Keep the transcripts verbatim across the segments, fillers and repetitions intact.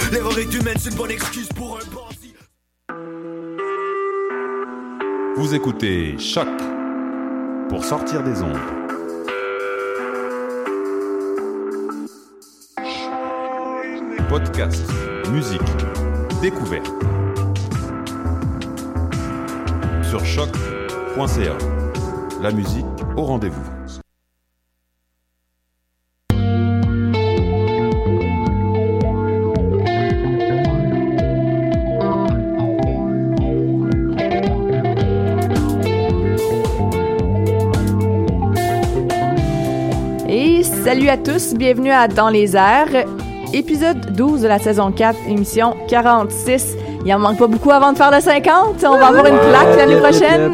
L'erreur est humaine, c'est une bonne excuse pour un bandit. Vous écoutez Choc pour sortir des ondes. Podcast, musique, découverte. Sur choc point c a. La musique au rendez-vous. Et salut à tous, bienvenue à Dans les airs, épisode douze de la saison quatre, émission quarante-six. Il en manque pas beaucoup avant de faire le cinquante, on va avoir une plaque l'année prochaine.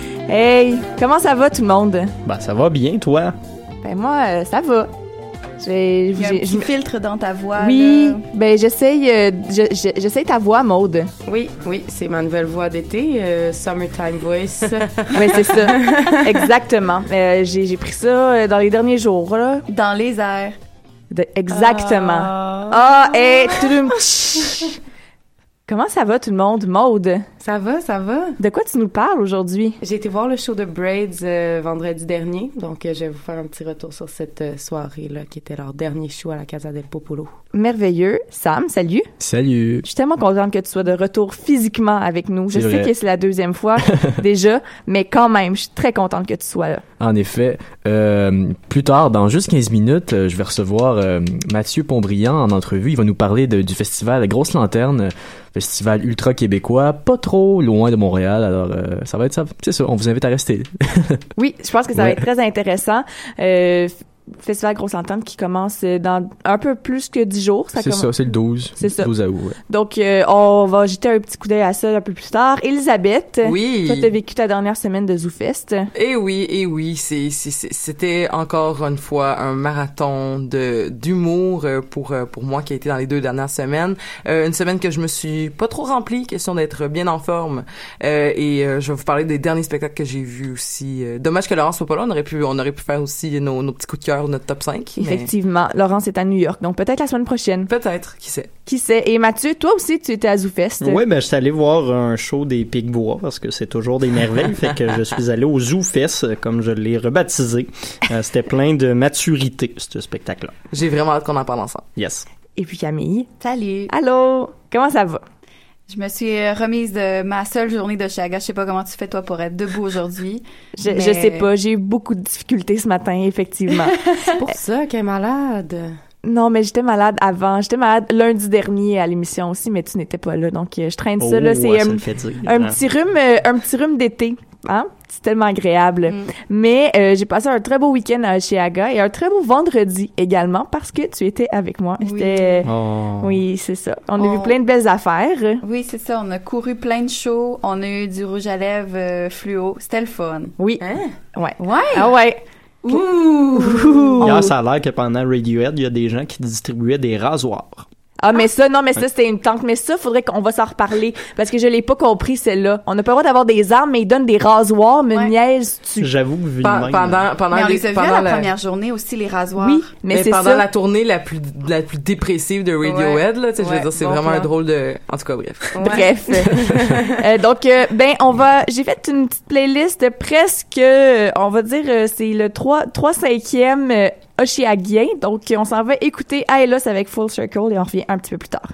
Hey, comment ça va tout le monde? Ben, ça va bien, toi? Ben moi, euh, ça va. J'ai, Il y a un j'ai, petit j'ai... filtre dans ta voix. Oui, là. ben j'essaye, euh, je, je, j'essaye ta voix, Maude. Oui, oui, c'est ma nouvelle voix d'été, euh, Summertime Voice. Oui, c'est ça, exactement. Euh, j'ai, j'ai pris ça euh, dans les derniers jours, là. Dans les airs. De- exactement. Ah, Ah, et tudum, tch. Comment ça va tout le monde, Maude? Ça va, ça va. De quoi tu nous parles aujourd'hui? J'ai été voir le show de Braids euh, vendredi dernier, donc euh, je vais vous faire un petit retour sur cette euh, soirée-là, qui était leur dernier show à la Casa del Popolo. Merveilleux. Sam, salut. Salut. Je suis tellement contente que tu sois de retour physiquement avec nous. Je C'est sais vrai. que c'est la deuxième fois déjà, mais quand même, je suis très contente que tu sois là. En effet, euh, plus tard, dans juste quinze minutes, euh, je vais recevoir euh, Mathieu Pontbriand en entrevue. Il va nous parler de, du festival Grosse Lanterne, festival ultra québécois, pas trop loin de Montréal. Alors, euh, ça va être ça. C'est ça, on vous invite à rester. Oui, je pense que ça va Ouais. être très intéressant. Euh, Festival Grosse Lanterne qui commence dans un peu plus que dix jours. Ça C'est commence. ça, c'est le douze. C'est ça. douze août, ouais. Donc, euh, on va jeter un petit coup d'œil à ça un peu plus tard. Elisabeth, Oui. toi, t'as vécu ta dernière semaine de ZooFest. Eh oui, eh oui, c'est, c'est, c'est- c'était encore une fois un marathon de d'humour euh, pour euh, pour moi qui a été dans les deux dernières semaines. Euh, une semaine que je me suis pas trop remplie, question d'être bien en forme. Euh, et euh, je vais vous parler des derniers spectacles que j'ai vus aussi. Euh, dommage que Laurence soit pas là, on aurait pu on aurait pu faire aussi nos, nos petits coups de cœur, notre top cinq. mais Effectivement. Laurence est à New York, donc peut-être la semaine prochaine. Peut-être, qui sait. Qui sait? Et Mathieu, toi aussi, tu étais à ZooFest. Oui, ben, je suis allé voir un show des Pic-Bois parce que c'est toujours des merveilles. Fait que je suis allé au ZooFest, comme je l'ai rebaptisé. Euh, c'était plein de maturité, ce spectacle-là. J'ai vraiment hâte qu'on en parle ensemble. Yes. Et puis Camille. Salut. Allô? Comment ça va? Je me suis euh, remise de ma seule journée de Chaga. Je sais pas comment tu fais, toi, pour être debout aujourd'hui. Je, Mais- je sais pas, j'ai eu beaucoup de difficultés ce matin, effectivement. C'est pour ça qu'elle est malade. Non, mais j'étais malade avant. J'étais malade lundi dernier à l'émission aussi, mais tu n'étais pas là, donc euh, je traîne ça, là. C'est ouais, ça un, le fait dire. un Hein. petit rhume, euh, un petit rhume d'été. Hein? C'est tellement agréable. Mm. Mais euh, j'ai passé un très beau week-end à Oshéaga et un très beau vendredi également parce que tu étais avec moi. Oui. C'était... Oh. Oui, c'est ça. On a On- vu plein de belles affaires. Oui, c'est ça. On a couru plein de shows. On a eu du rouge à lèvres euh, fluo. C'était le fun. Oui. Hein? Ouais. Ouais. Ah ouais. Ouh. Ouh. Hier, ça a l'air que pendant Radiohead, il y a des gens qui distribuaient des rasoirs. Ah, mais ça, non, mais ça, c'était une tente. Mais ça, faudrait qu'on va s'en reparler. Parce que je l'ai pas compris, celle-là. On n'a pas le droit d'avoir des armes, mais ils donnent des rasoirs, me Ouais. niaise-tu. J'avoue que vu de Pe- même, pendant pendant Mais on les- les a vus pendant à la, la- première journée aussi, les rasoirs. Oui, mais, Mais, c'est pendant ça. la tournée la plus la plus dépressive de Radiohead, là, tu sais, je veux Ouais, dire, c'est bon vraiment plan. un drôle de. En tout cas, bref. Ouais. Bref. Euh, donc, euh, ben, on va... J'ai fait une petite playlist presque, euh, on va dire, euh, c'est le trois cinquième euh, Oshéaguien. Donc, euh, on s'en va écouter Aelos avec Full Circle et on revient un petit peu plus tard.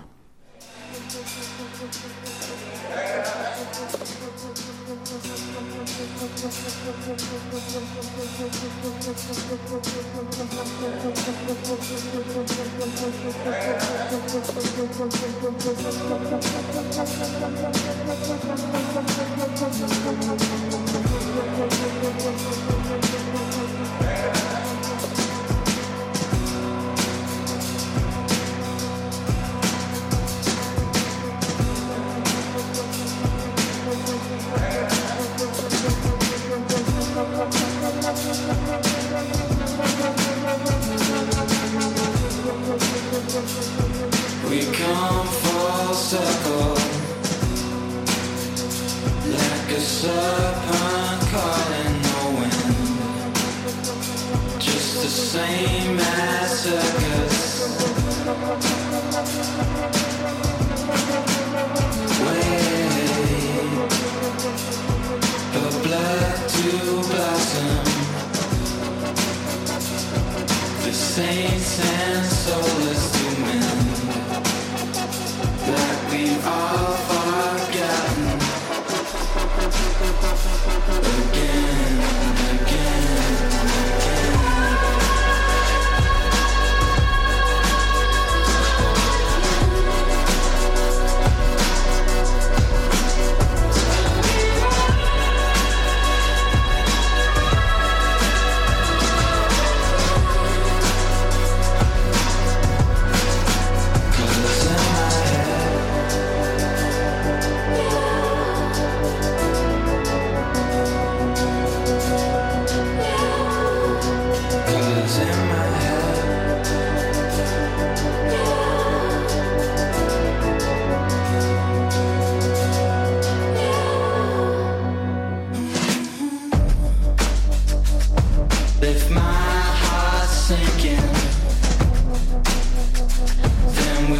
We come full circle, like a serpent caught in the wind, just the same as circus.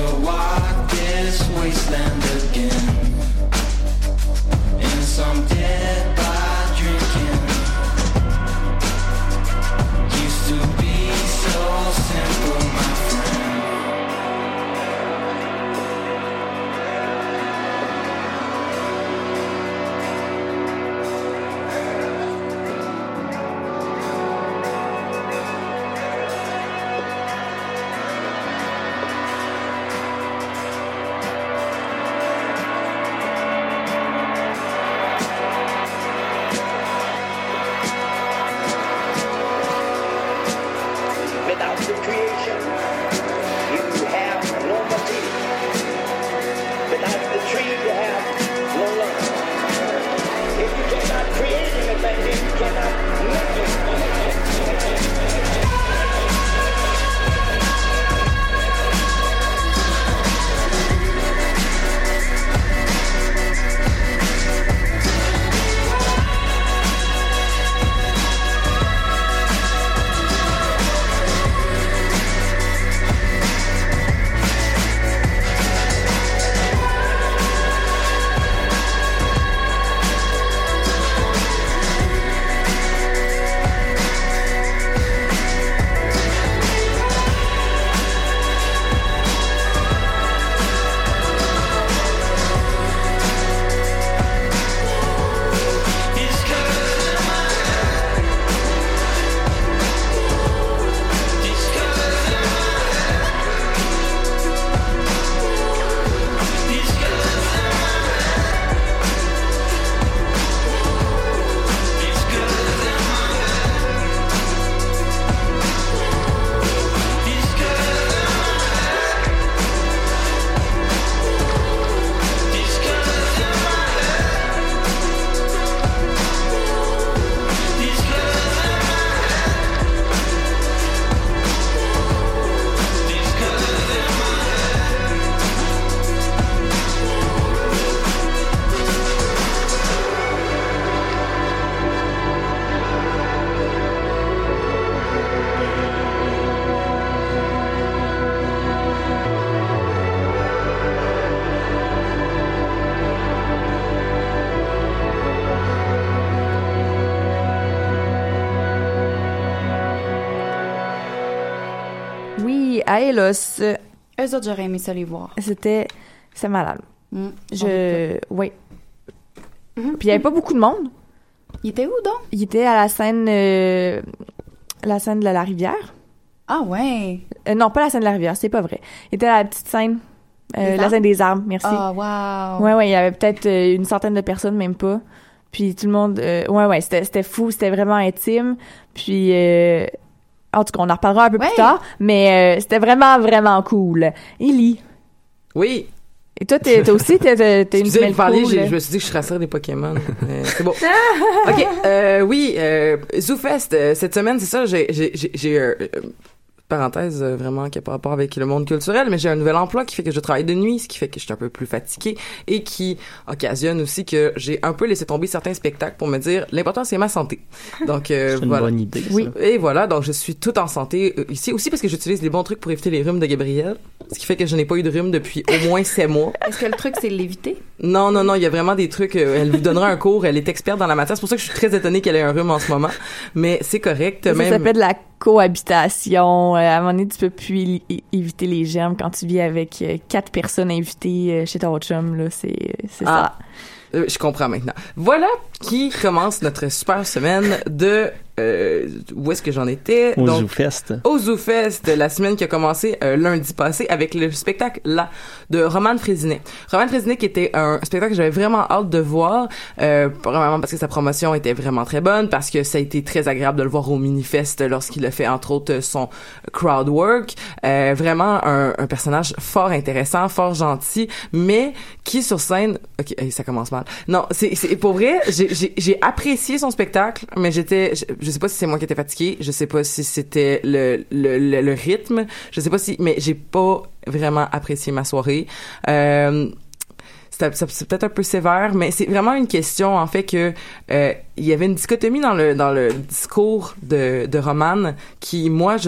never walk this wasteland again. And some dead by drinking. Used to be so simple, my friend. Without the creation, you have no motive. Without the tree, you have no love. If you cannot create anything, then you cannot make it. Oui, à Elos, euh, Eux autres, j'aurais aimé ça les voir. c'était... C'est malade. Mm. Je... Oui. Mhm. Puis il y avait pas beaucoup de monde. Il était où, donc? Il était à la scène... euh, la scène de la rivière. Ah, ouais. Euh, non, pas la scène de la rivière, c'est pas vrai. Il était à la petite scène. euh, Des la arbres? scène des arbres, merci. Ah, wow. Ouais, ouais, il y avait peut-être euh, une centaine de personnes, même pas. Puis tout le monde... euh, ouais, ouais, c'était, c'était fou, c'était vraiment intime. Puis... euh, en tout cas, on en reparlera un peu Ouais. plus tard, mais euh, c'était vraiment, vraiment cool. Ellie, Oui. et toi, t'es, toi aussi, t'as, t'as t'as une Excusez, semelle vous parliez, cool. j'ai- je me suis dit que je tracerais des Pokémon. Euh, c'est bon. OK. Euh, oui, euh, ZooFest, euh, cette semaine, c'est ça, j'ai... j'ai, j'ai, j'ai euh, euh, parenthèse euh, vraiment qui a pas rapport avec le monde culturel, mais j'ai un nouvel emploi qui fait que je travaille de nuit, ce qui fait que je suis un peu plus fatiguée et qui occasionne aussi que j'ai un peu laissé tomber certains spectacles pour me dire l'important c'est ma santé. Donc euh, C'est une voilà. bonne idée. Oui. ça. Et voilà, donc je suis tout en santé euh, ici aussi parce que j'utilise les bons trucs pour éviter les rhumes de Gabrielle, ce qui fait que je n'ai pas eu de rhume depuis au moins sept mois. Est-ce que le truc, c'est de l'éviter? Non, non, non, il y a vraiment des trucs. euh, elle vous donnera un cours. Elle est experte dans la matière. C'est pour ça que je suis très étonnée qu'elle ait un rhume en ce moment. Mais c'est correct. Ça même. s'appelle de la cohabitation. Euh, à un moment donné, tu peux plus é- éviter les germes quand tu vis avec euh, quatre personnes invitées euh, chez ton chum. Là, c'est, c'est Ah. Euh, je comprends maintenant. Voilà qui commence notre super semaine de... Euh, où est-ce que j'en étais? Au Donc, ZooFest. Au ZooFest, la semaine qui a commencé euh, lundi passé avec le spectacle là de Romane Frésinet. Romane Frésinet qui était un spectacle que j'avais vraiment hâte de voir, euh, premièrement parce que sa promotion était vraiment très bonne, parce que ça a été très agréable de le voir au Minifest lorsqu'il a fait entre autres son crowd work. Euh, vraiment un, un personnage fort intéressant, fort gentil, mais qui sur scène... Ok, hey, ça commence mal. Non, c'est, c'est pour vrai, j'ai, j'ai, j'ai apprécié son spectacle, mais j'étais... Je, je sais pas si c'est moi qui étais fatiguée, je sais pas si c'était le, le, le, le rythme, je sais pas si... Mais j'ai pas vraiment apprécié ma soirée. Euh... C'est, c'est peut-être un peu sévère, mais c'est vraiment une question en fait que euh, il y avait une dichotomie dans le dans le discours de de Romane qui moi je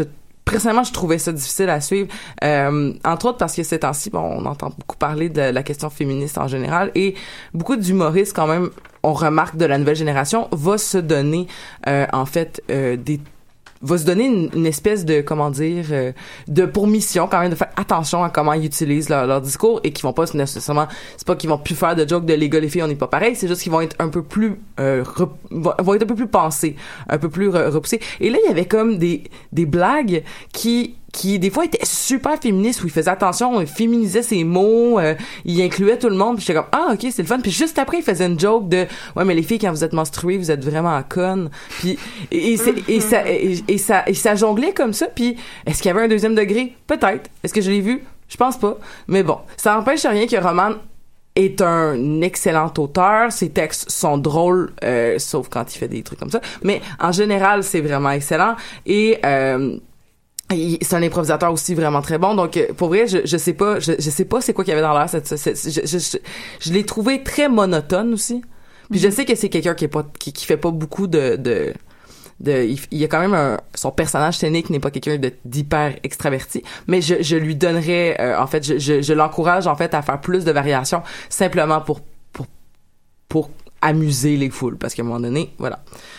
personnellement, je trouvais ça difficile à suivre, euh, entre autres parce que ces temps-ci, bon, on entend beaucoup parler de la question féministe en général, et beaucoup d'humoristes, quand même, on remarque de la nouvelle génération, va se donner, euh, en fait, euh, des va se donner une, une espèce de, comment dire, euh, de pour mission quand même de faire attention à comment ils utilisent leur, leur discours et qu'ils vont pas nécessairement, c'est pas qu'ils vont plus faire de jokes de les gars les filles on n'est pas pareil, c'est juste qu'ils vont être un peu plus euh, rep, vont être un peu plus pensés, un peu plus re, repoussés. Et là il y avait comme des des blagues qui qui des fois était super féministe où il faisait attention, il féminisait ses mots, euh, il incluait tout le monde, puis j'étais comme ah ok c'est le fun, puis juste après il faisait une joke de ouais mais les filles quand vous êtes menstruées vous êtes vraiment connes, puis et, et, c'est, et ça et, et ça et ça jonglait comme ça, puis est-ce qu'il y avait un deuxième degré? Peut-être. Est-ce que je l'ai vu? Je pense pas, mais bon ça n'empêche rien que Roman est un excellent auteur, ses textes sont drôles, euh, sauf quand il fait des trucs comme ça, mais en général c'est vraiment excellent et euh, c'est un improvisateur aussi vraiment très bon, donc pour vrai je je sais pas je, je sais pas c'est quoi qu'il y avait dans l'air cette, cette, cette je, je, je l'ai trouvé très monotone aussi, puis mm-hmm. je sais que c'est quelqu'un qui est pas qui, qui fait pas beaucoup de de de il, il y a quand même un son personnage scénique n'est pas quelqu'un de d'hyper extraverti, mais je je lui donnerais euh, en fait je, je je l'encourage en fait à faire plus de variations simplement pour pour pour amuser les foules, parce qu'à un moment donné voilà.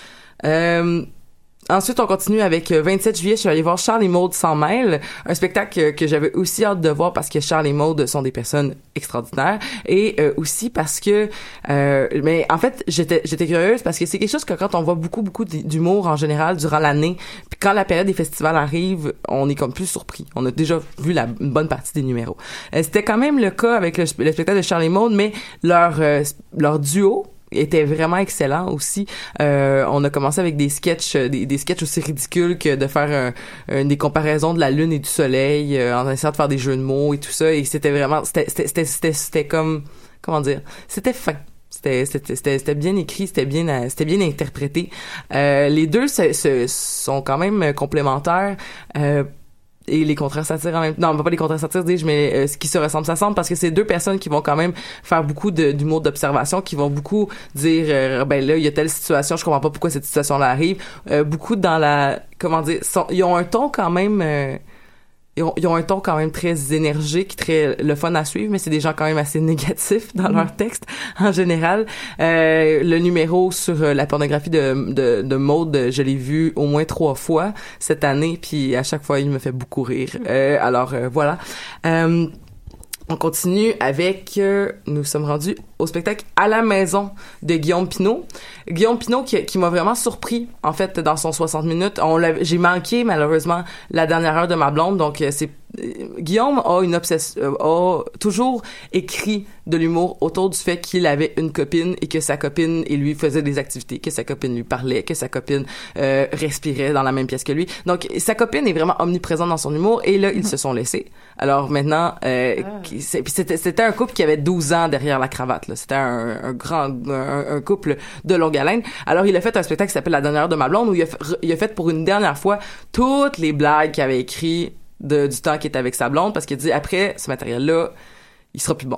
euh Ensuite, on continue avec vingt-sept juillet, je suis allée voir Charles et Maude s'en mêlent, un spectacle que j'avais aussi hâte de voir parce que Charles et Maude sont des personnes extraordinaires et euh, aussi parce que euh, mais en fait, j'étais j'étais curieuse parce que c'est quelque chose que quand on voit beaucoup beaucoup d'humour en général durant l'année, puis quand la période des festivals arrive, on est comme plus surpris. On a déjà vu la une bonne partie des numéros. Euh, c'était quand même le cas avec le, le spectacle de Charles et Maude, mais leur euh, leur duo était vraiment excellent aussi. Euh, on a commencé avec des sketchs, des, des sketchs aussi ridicules que de faire un, un, des comparaisons de la lune et du soleil euh, en essayant de faire des jeux de mots et tout ça. Et c'était vraiment, c'était, c'était, c'était, c'était, c'était comme, comment dire, c'était fin. C'était, c'était, c'était, c'était bien écrit, c'était bien, c'était bien interprété. Euh, les deux se, se, sont quand même complémentaires. Euh, et les contraires satires en même temps. Non, pas les contraires satires, dis-je, mais euh, ce qui se ressemble, ça semble, parce que c'est deux personnes qui vont quand même faire beaucoup de, d'humour d'observation, qui vont beaucoup dire, euh, ben là, il y a telle situation, je comprends pas pourquoi cette situation-là arrive. Euh, beaucoup dans la, comment dire, sont, ils ont un ton quand même, euh, ils ont, ils ont un ton quand même très énergique, très le fun à suivre, mais c'est des gens quand même assez négatifs dans mmh. leurs textes en général. Euh, le numéro sur la pornographie de de, de Maude, je l'ai vu au moins trois fois cette année, puis à chaque fois il me fait beaucoup rire. Euh, alors euh, voilà. Euh, On continue avec, euh, nous sommes rendus au spectacle À la maison de Guillaume Pinault. Guillaume Pinault qui, qui m'a vraiment surpris, en fait, dans son soixante minutes. On l'a, j'ai manqué, malheureusement, la dernière heure de ma blonde, donc euh, c'est Guillaume a une obsession, euh, a toujours écrit de l'humour autour du fait qu'il avait une copine et que sa copine et lui faisaient des activités, que sa copine lui parlait, que sa copine euh, respirait dans la même pièce que lui. Donc sa copine est vraiment omniprésente dans son humour et là ils se sont laissés. Alors maintenant, euh, ah. c'est, c'était, c'était un couple qui avait douze ans derrière la cravate. Là. C'était un, un grand, un, un couple de longue haleine. Alors il a fait un spectacle qui s'appelle La dernière heure de ma blonde où il a, il a fait pour une dernière fois toutes les blagues qu'il avait écrites de, du temps qu'il était avec sa blonde, parce qu'il dit après ce matériel-là, il sera plus bon.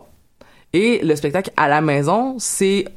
Et le spectacle À la maison, c'est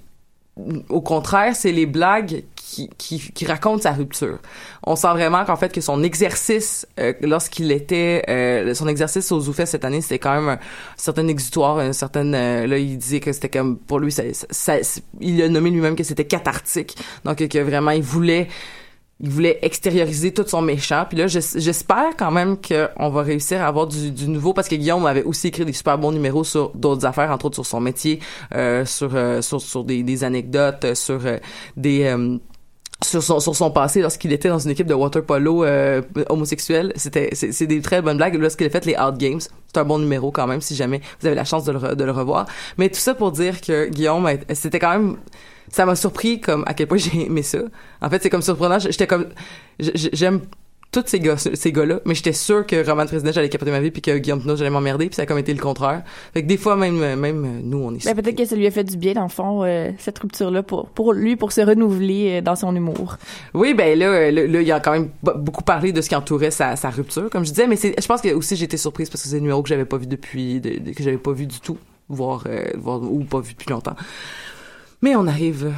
au contraire, c'est les blagues qui, qui, qui racontent sa rupture. On sent vraiment qu'en fait que son exercice, euh, lorsqu'il était, euh, son exercice au ZooFest cette année, c'était quand même un certain exutoire, une certaine, euh, là il disait que c'était comme pour lui, ça, ça, ça, il a nommé lui-même que c'était cathartique. Donc que vraiment il voulait il voulait extérioriser tout son méchant. Puis là, j'espère quand même qu'on va réussir à avoir du, du nouveau, parce que Guillaume avait aussi écrit des super bons numéros sur d'autres affaires, entre autres sur son métier, euh, sur, euh, sur sur des, des anecdotes, sur euh, des euh, sur son sur son passé lorsqu'il était dans une équipe de water polo euh, homosexuelle. C'était c'est, c'est des très bonnes blagues. Lorsqu'il a fait les Out Games, c'est un bon numéro quand même si jamais vous avez la chance de le de le revoir. Mais tout ça pour dire que Guillaume, c'était quand même, ça m'a surpris comme à quel point j'ai aimé ça. En fait, c'est comme surprenant. J'étais comme, j'aime tous ces gars, ces gars-là, mais j'étais sûre que Roman Trésidnet, j'allais capoter ma vie, puis que Guillaume Pinault, j'allais m'emmerder, puis ça a comme été le contraire. Fait que des fois, même, même nous, on est ben, peut-être que ça lui a fait du bien, dans le fond, euh, cette rupture-là, pour, pour lui, pour se renouveler euh, dans son humour. Oui, ben là, là, là, il a quand même beaucoup parlé de ce qui entourait sa, sa rupture, comme je disais, mais c'est, je pense que aussi j'ai été surprise parce que c'est un numéro que j'avais pas vu depuis, de, de, que j'avais pas vu du tout, voire, euh, voire, ou pas vu depuis longtemps. Mais on arrive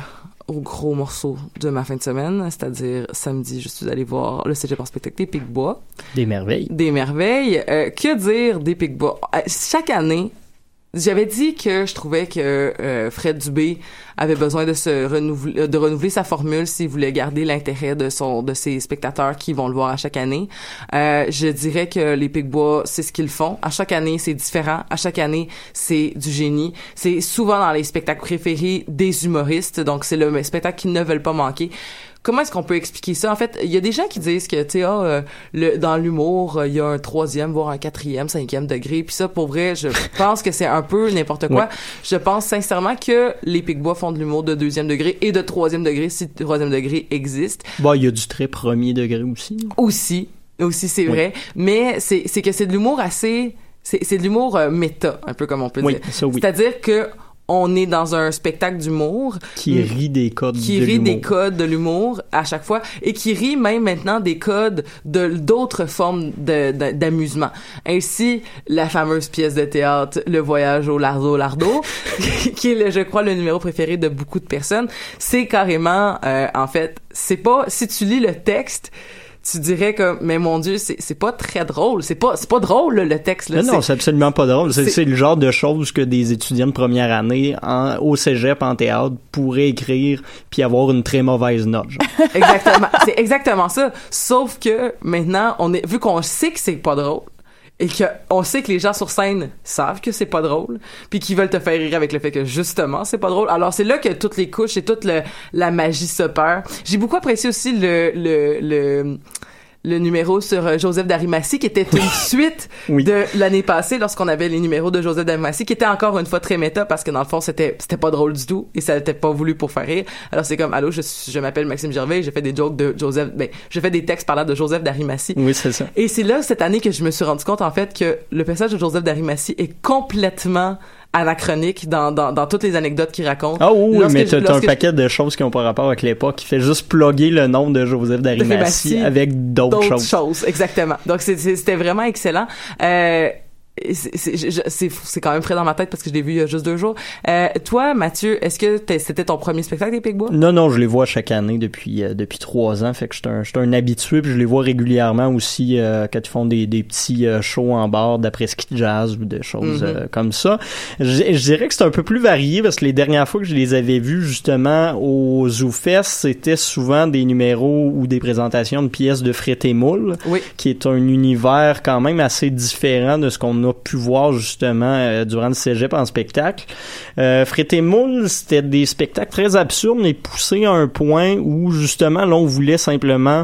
au gros morceau de ma fin de semaine, c'est-à-dire samedi, je suis allée voir le Cégep en spectacle des Pic-Bois. Des merveilles. Des merveilles. Euh, que dire des Pic-Bois? Euh, chaque année, j'avais dit que je trouvais que euh, Fred Dubé avait besoin de se renouveler, de renouveler sa formule s'il voulait garder l'intérêt de son, de ses spectateurs qui vont le voir à chaque année. Euh, je dirais que les Pic-Bois, c'est ce qu'ils font. À chaque année, c'est différent. À chaque année, c'est du génie. C'est souvent dans les spectacles préférés des humoristes. Donc, c'est le spectacle qu'ils ne veulent pas manquer. Comment est-ce qu'on peut expliquer ça? En fait, il y a des gens qui disent que, tu sais, ah, euh, le, dans l'humour, il y a un troisième, voire un quatrième, cinquième degré. Puis ça, pour vrai, je pense que c'est un peu n'importe quoi. Ouais. Je pense sincèrement que les Pic-Bois font de l'humour de deuxième degré et de troisième degré, si le troisième degré existe. Bon, il y a du très premier degré aussi. Aussi. Aussi, c'est oui. vrai. Mais c'est, c'est que c'est de l'humour assez... C'est, c'est de l'humour euh, méta, un peu comme on peut oui, dire. Ça, oui. C'est-à-dire que on est dans un spectacle d'humour qui rit des codes qui de rit l'humour. des codes de l'humour à chaque fois et qui rit même maintenant des codes de d'autres formes de, de d'amusement. Ainsi, la fameuse pièce de théâtre Le Voyage au Lardo Lardo qui est le, je crois le numéro préféré de beaucoup de personnes, c'est carrément euh, en fait, c'est pas si tu lis le texte tu dirais que mais mon Dieu c'est c'est pas très drôle, c'est pas c'est pas drôle là, le texte là. Non, non, c'est absolument pas drôle. C'est, c'est... c'est le genre de choses que des étudiants de première année en, au cégep en théâtre pourraient écrire puis avoir une très mauvaise note. Genre. Exactement, c'est exactement ça. Sauf que maintenant on est vu qu'on sait que c'est pas drôle. Et que on sait que les gens sur scène savent que c'est pas drôle, puis qu'ils veulent te faire rire avec le fait que justement c'est pas drôle. Alors c'est là que toutes les couches et toute le, la magie s'opère. J'ai beaucoup apprécié aussi le le le le numéro sur Joseph d'Arimathie qui était une suite oui. de l'année passée lorsqu'on avait les numéros de Joseph d'Arimathie qui était encore une fois très méta parce que dans le fond c'était c'était pas drôle du tout et ça n'était pas voulu pour faire rire. Alors c'est comme allô je je m'appelle Maxime Gervais, j'ai fait des jokes de Joseph ben je fais des textes parlant de Joseph d'Arimathie. Oui, c'est ça. Et c'est là cette année que je me suis rendu compte en fait que le personnage de Joseph d'Arimathie est complètement anachronique dans, dans, dans toutes les anecdotes qu'il raconte. Ah oui, mais t'as, t'as un je... paquet de choses qui n'ont pas rapport avec l'époque qui fait juste plugger le nom de Joseph d'Arimathie avec d'autres, d'autres choses. choses. Exactement. Donc c'est, c'est, c'était vraiment excellent. Euh, C'est, c'est, c'est, c'est quand même frais dans ma tête parce que je l'ai vu il y a juste deux jours. Euh, toi, Mathieu, est-ce que c'était ton premier spectacle des Pic-Bois? Non, non, je les vois chaque année depuis euh, depuis trois ans. Fait que je suis un, je suis un habitué puis je les vois régulièrement aussi euh, quand ils font des, des petits euh, shows en bar d'après-ski jazz ou des choses mm-hmm. euh, comme ça. Je, je dirais que c'est un peu plus varié parce que les dernières fois que je les avais vus justement au ZooFest, c'était souvent des numéros ou des présentations de pièces de Fret et Moule, oui. qui est un univers quand même assez différent de ce qu'on a pu voir justement euh, durant le cégep en spectacle. Euh, Fret et Moule, c'était des spectacles très absurdes mais poussés à un point où justement là on voulait simplement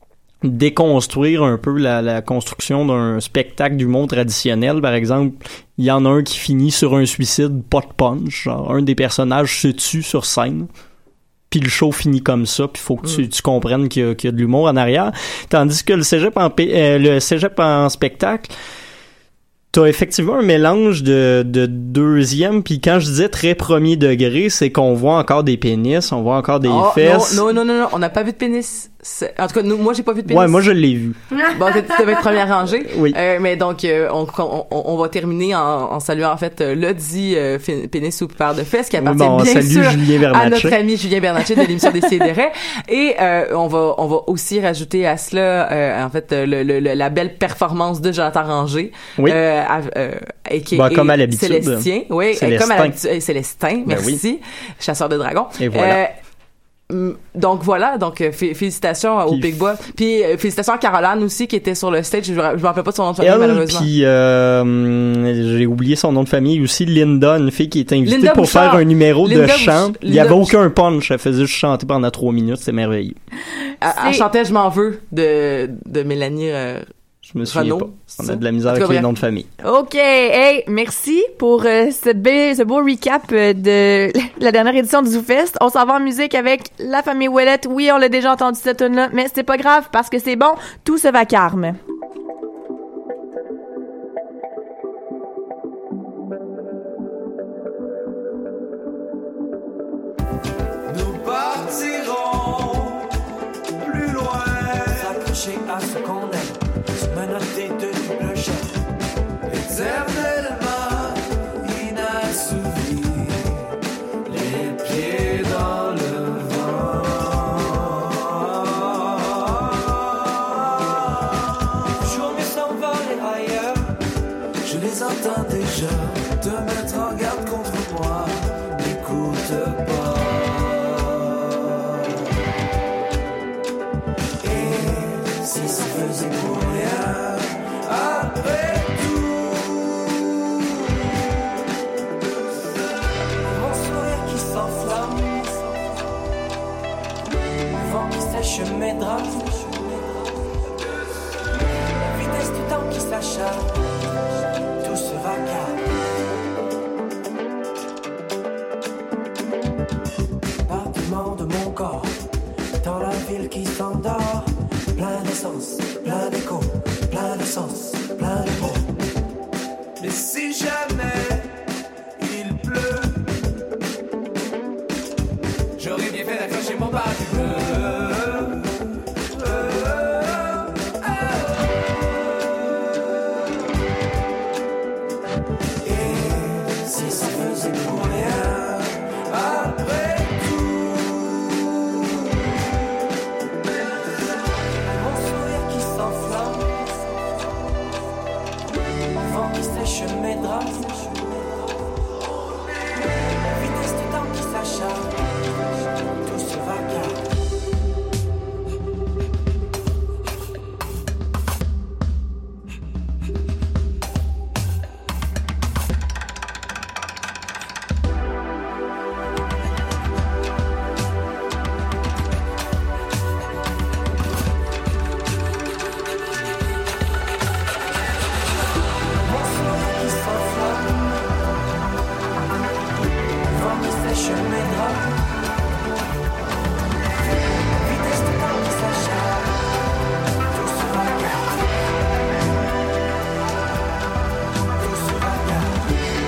déconstruire un peu la, la construction d'un spectacle d'humour traditionnel. Par exemple, il y en a un qui finit sur un suicide pas de punch, genre un des personnages se tue sur scène. Puis le show finit comme ça, puis faut que tu, tu comprennes qu'il y, a, qu'il y a de l'humour en arrière. Tandis que le cégep en, euh, le cégep en spectacle, t'as effectivement un mélange de, de deuxième, puis quand je disais très premier degré, c'est qu'on voit encore des pénis, on voit encore des oh, fesses. Non, non, non, non, on n'a pas vu de pénis. C'est... En tout cas, nous, moi, j'ai pas vu de pénis. Ouais, moi, je l'ai vu. Bon, tu devais être première rangée. Oui. Euh, mais donc, euh, on, on, on va terminer en, en saluant, en fait, euh, le dit euh, pénis ou paire de fesses qui appartient oui, bon, bien sûr à notre ami Julien Bernatchez de l'émission des Sidérés. Et euh, on va on va aussi rajouter à cela, euh, en fait, le, le, le, la belle performance de Jonathan Ranger. Oui. Euh, à, euh, et qui bon, comme à l'habitude. Célestien. Oui, Célestin. comme à l'habitude. Célestin, merci. Ben oui. Chasseur de dragons. Et voilà. Euh, Donc voilà, donc euh, f- félicitations aux Pic-Bois. Puis euh, félicitations à Caroline aussi qui était sur le stage. Je, je me rappelle pas de son nom de famille Elle, malheureusement. Puis euh, j'ai oublié son nom de famille aussi. Linda, une fille qui était invitée Linda pour Bouchard. faire un numéro Linda de chant. Bouch- Il y avait Linda aucun punch. Elle faisait juste chanter pendant trois minutes. C'était merveilleux. Elle, elle chantait Je m'en veux de de Mélanie. Euh, Je me souviens Renaud, pas. On a de la misère avec les noms de famille. OK. Hey, merci pour euh, ce, be- ce beau recap euh, de la dernière édition du ZooFest. On s'en va en musique avec la famille Ouellette. Oui, on l'a déjà entendu cette tune-là, mais c'est pas grave parce que c'est bon. Tout se vacarme. Nous partirons plus loin, s'accrocher à ce qu'on aime, se menotter de double chaîne, éternellement inassouvi, les pieds dans le vent. te mettre en garde contre moi. N'écoute pas. Et si ça faisait pour rien, après tout, mon sourire qui s'enflamme, le vent qui sèche mes draps, la vitesse du temps qui s'acharne, tout sera calme. Battement de mon corps, dans la ville qui s'endort, plein d'essence, plein d'écho, plein de sens, plein de mots. Mais si jamais il pleut, j'aurais bien fait d'accrocher mon parapluie. Et si ça faisait pour rien, après tout, mon sourire qui s'enflamme, le vent qui sèche mes draps, la vitesse du temps qui s'acharne, tout se va calme. Mon sourire qui s'enflamme, le vent qui sèche mes draps, la vitesse du temps qui s'acharne, tout sera calme. Tout sera calme.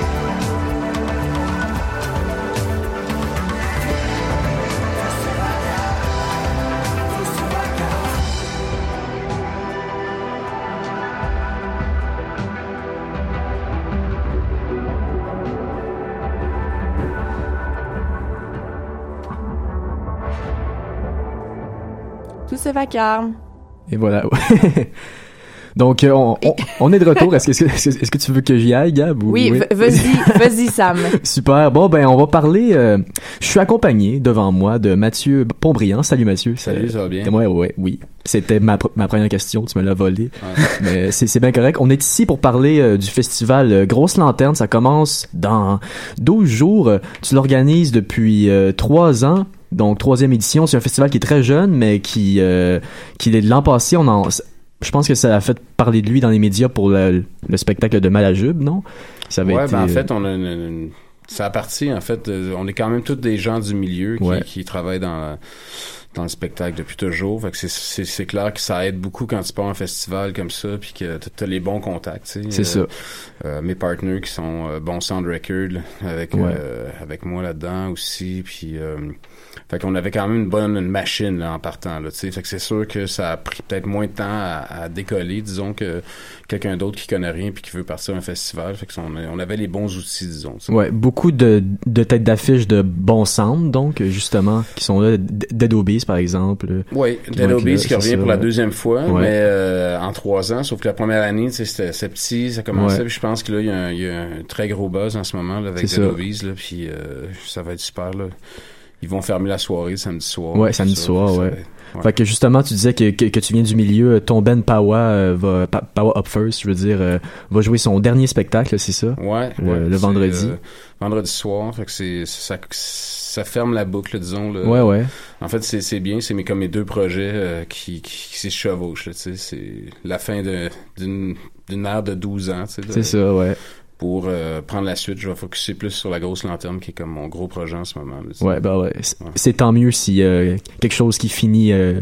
Tout sera calme. Tout sera calme. Tout se vacarme. Et voilà. Donc, euh, on, on, on est de retour. Est-ce que, est-ce que, est-ce que tu veux que j'y aille, Gab? Ou... Oui, v- vas-y, vas-y, Sam. Super. Bon, ben, on va parler. Euh, je suis accompagné devant moi de Mathieu Pontbriand. Salut, Mathieu. Salut, ça va bien? Ouais, ouais, oui. C'était ma, pr- ma première question. Tu me l'as volée. Ouais. Mais c'est, c'est bien correct. On est ici pour parler euh, du festival euh, Grosse Lanterne. Ça commence dans douze jours. Euh, Tu l'organises depuis euh, trois ans. Donc, troisième édition. C'est un festival qui est très jeune, mais qui, euh, qui l'an passé, on en, je pense que ça a fait parler de lui dans les médias pour le, le spectacle de Malajube, non? Ça avait Ouais, été, ben en euh, fait, on a une, une- ça a parti, en fait, euh, on est quand même tous des gens du milieu qui, Ouais. qui travaillent dans la- dans le spectacle depuis toujours. Fait que c'est, c'est, c'est clair que ça aide beaucoup quand tu pars à un festival comme ça, puis que t'as, t'as les bons contacts, tu sais. C'est Euh, ça. euh, mes partenaires qui sont euh, Bon Sound Record là, avec Ouais. euh, avec moi là-dedans aussi, puis euh, fait qu'on avait quand même une bonne une machine là, en partant là, tu sais. Fait que c'est sûr que ça a pris peut-être moins de temps à, à décoller, disons, que quelqu'un d'autre qui connaît rien puis qui veut partir à un festival. Fait que on, on avait les bons outils, disons. tu sais. Ouais, beaucoup de, de têtes d'affiche de bon sound, donc, justement, qui sont là. D- Dead Obeez, par exemple. Oui, Qui Dead vont être Obeez là, qui c'est revient ça, pour la ouais. deuxième fois, Ouais. mais euh, en trois ans, sauf que la première année, tu sais, c'était, c'était petit, ça commençait, Ouais. puis je pense que là, il y, a un- il y a un très gros buzz en ce moment là, avec C'est Dead ça. Obeez, là, puis euh, ça va être super, là. Ils vont fermer la soirée samedi soir. Ouais, tout samedi ça, soir, ça ouais. va être- ouais. Fait que justement, tu disais que, que, que tu viens du milieu, ton Ben Pawa euh, va, Pa- Pawa Up First, je veux dire, euh, va jouer son dernier spectacle, c'est ça? Ouais, Le- ouais, le c'est, vendredi. euh, vendredi soir, fait que c'est ça, ça ferme la boucle, disons. Là. Ouais, ouais. En fait, c'est c'est bien, c'est mes comme mes deux projets euh, qui qui, qui se chevauchent, là, tu sais, c'est la fin de d'une d'une ère de douze ans, tu sais. là. C'est ça, ouais. Pour euh, prendre la suite, je vais focuser plus sur la grosse lanterne qui est comme mon gros projet en ce moment. Là, tu sais. Ouais, bah ouais. C'est, Ouais. c'est tant mieux si euh, quelque chose qui finit euh,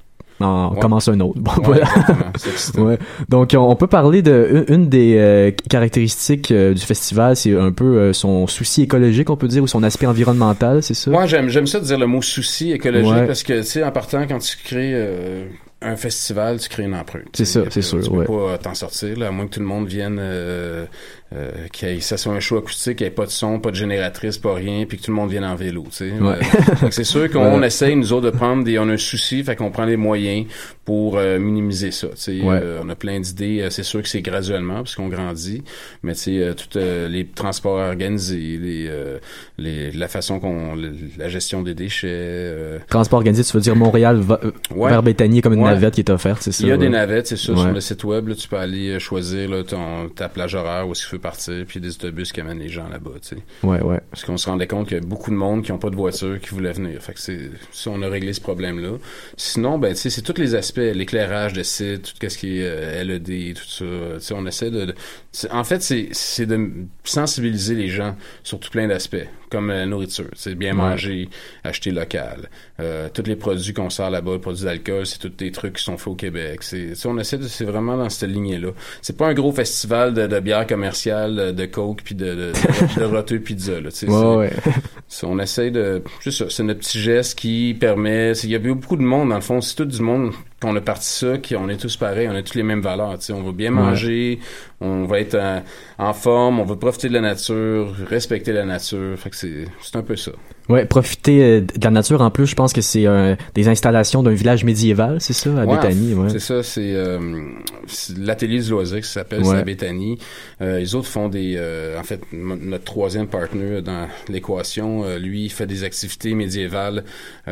en Ouais. commence un autre. Bon, Ouais, voilà. exactement, c'est excitant. Ouais. Donc, on, on peut parler de une, une des euh, caractéristiques euh, du festival, c'est un peu euh, son souci écologique, on peut dire, ou son aspect environnemental, c'est ça? Moi, j'aime j'aime ça de dire le mot souci écologique Ouais. parce que tu sais, en partant, quand tu crées euh, un festival, tu crées une empreinte. C'est Tu sais, ça, y a c'est pas- sûr, Tu peux ouais. pas t'en sortir, là, à moins que tout le monde vienne euh, Euh, que ça soit un show acoustique, qu'il n'y ait pas de son, pas de génératrice, pas rien, puis que tout le monde vienne en vélo, tu sais. Ouais. Euh, donc c'est sûr qu'on Ouais. essaye, nous autres, de prendre des... On a un souci, fait qu'on prend les moyens pour euh, minimiser ça, tu sais. Ouais. Euh, on a plein d'idées, euh, c'est sûr que c'est graduellement, parce qu'on grandit, mais tu sais, euh, tout euh, les transports organisés, les, euh, les, la façon qu'on... la gestion des déchets... Euh, Transport organisé, tu veux dire Montréal va- euh, Ouais. vers Béthanie, comme une Ouais. navette qui est offerte, c'est ça? Il y a ouais. des navettes, c'est ça, Ouais. sur le site web, là, tu peux aller euh, choisir là, ton, ta plage horaire où est-ce qu'il faut partir, puis des autobus qui amènent les gens là-bas, tu sais. Ouais, ouais. Parce qu'on se rendait compte qu'il y a beaucoup de monde qui n'ont pas de voiture qui voulait venir. Fait que c'est, ça, on a réglé ce problème-là. Sinon, ben, tu sais, c'est tous les aspects, l'éclairage de site, tout ce qui est euh, L E D, tout ça. Tu sais, on essaie de, de c'est- en fait, c'est, c'est de sensibiliser les gens sur tout plein d'aspects, comme la nourriture, c'est bien Ouais. manger, acheter local, euh, tous les produits qu'on sort là-bas, les produits d'alcool, c'est tous des trucs qui sont faits au Québec. C'est, tu sais, on essaie de, c'est vraiment dans cette lignée-là. C'est pas un gros festival de, de bière commerciale, de coke puis de, de, de, de roteux pizza, là, tu sais. Ouais, c'est- ouais. c'est- on essaie de... C'est ça, c'est notre petit geste qui permet... c'est- Il y a beaucoup de monde, dans le fond. C'est tout du monde qu'on a parti ça, qu'on est tous pareils, on a tous les mêmes valeurs. Tu sais, on va bien manger, on va être en, en forme, on va profiter de la nature, respecter la nature. Fait que c'est, c'est un peu ça. Ouais, profiter euh, de la nature. En plus, je pense que c'est euh, des installations d'un village médiéval, c'est ça, à Ouais, Béthanie, ouais. C'est ça, c'est, euh, c'est l'atelier du loisir, ça s'appelle, Ouais. c'est à Béthanie. Euh, les autres font des... euh, en fait, m- notre troisième partenaire dans l'équation, euh, lui, il fait des activités médiévales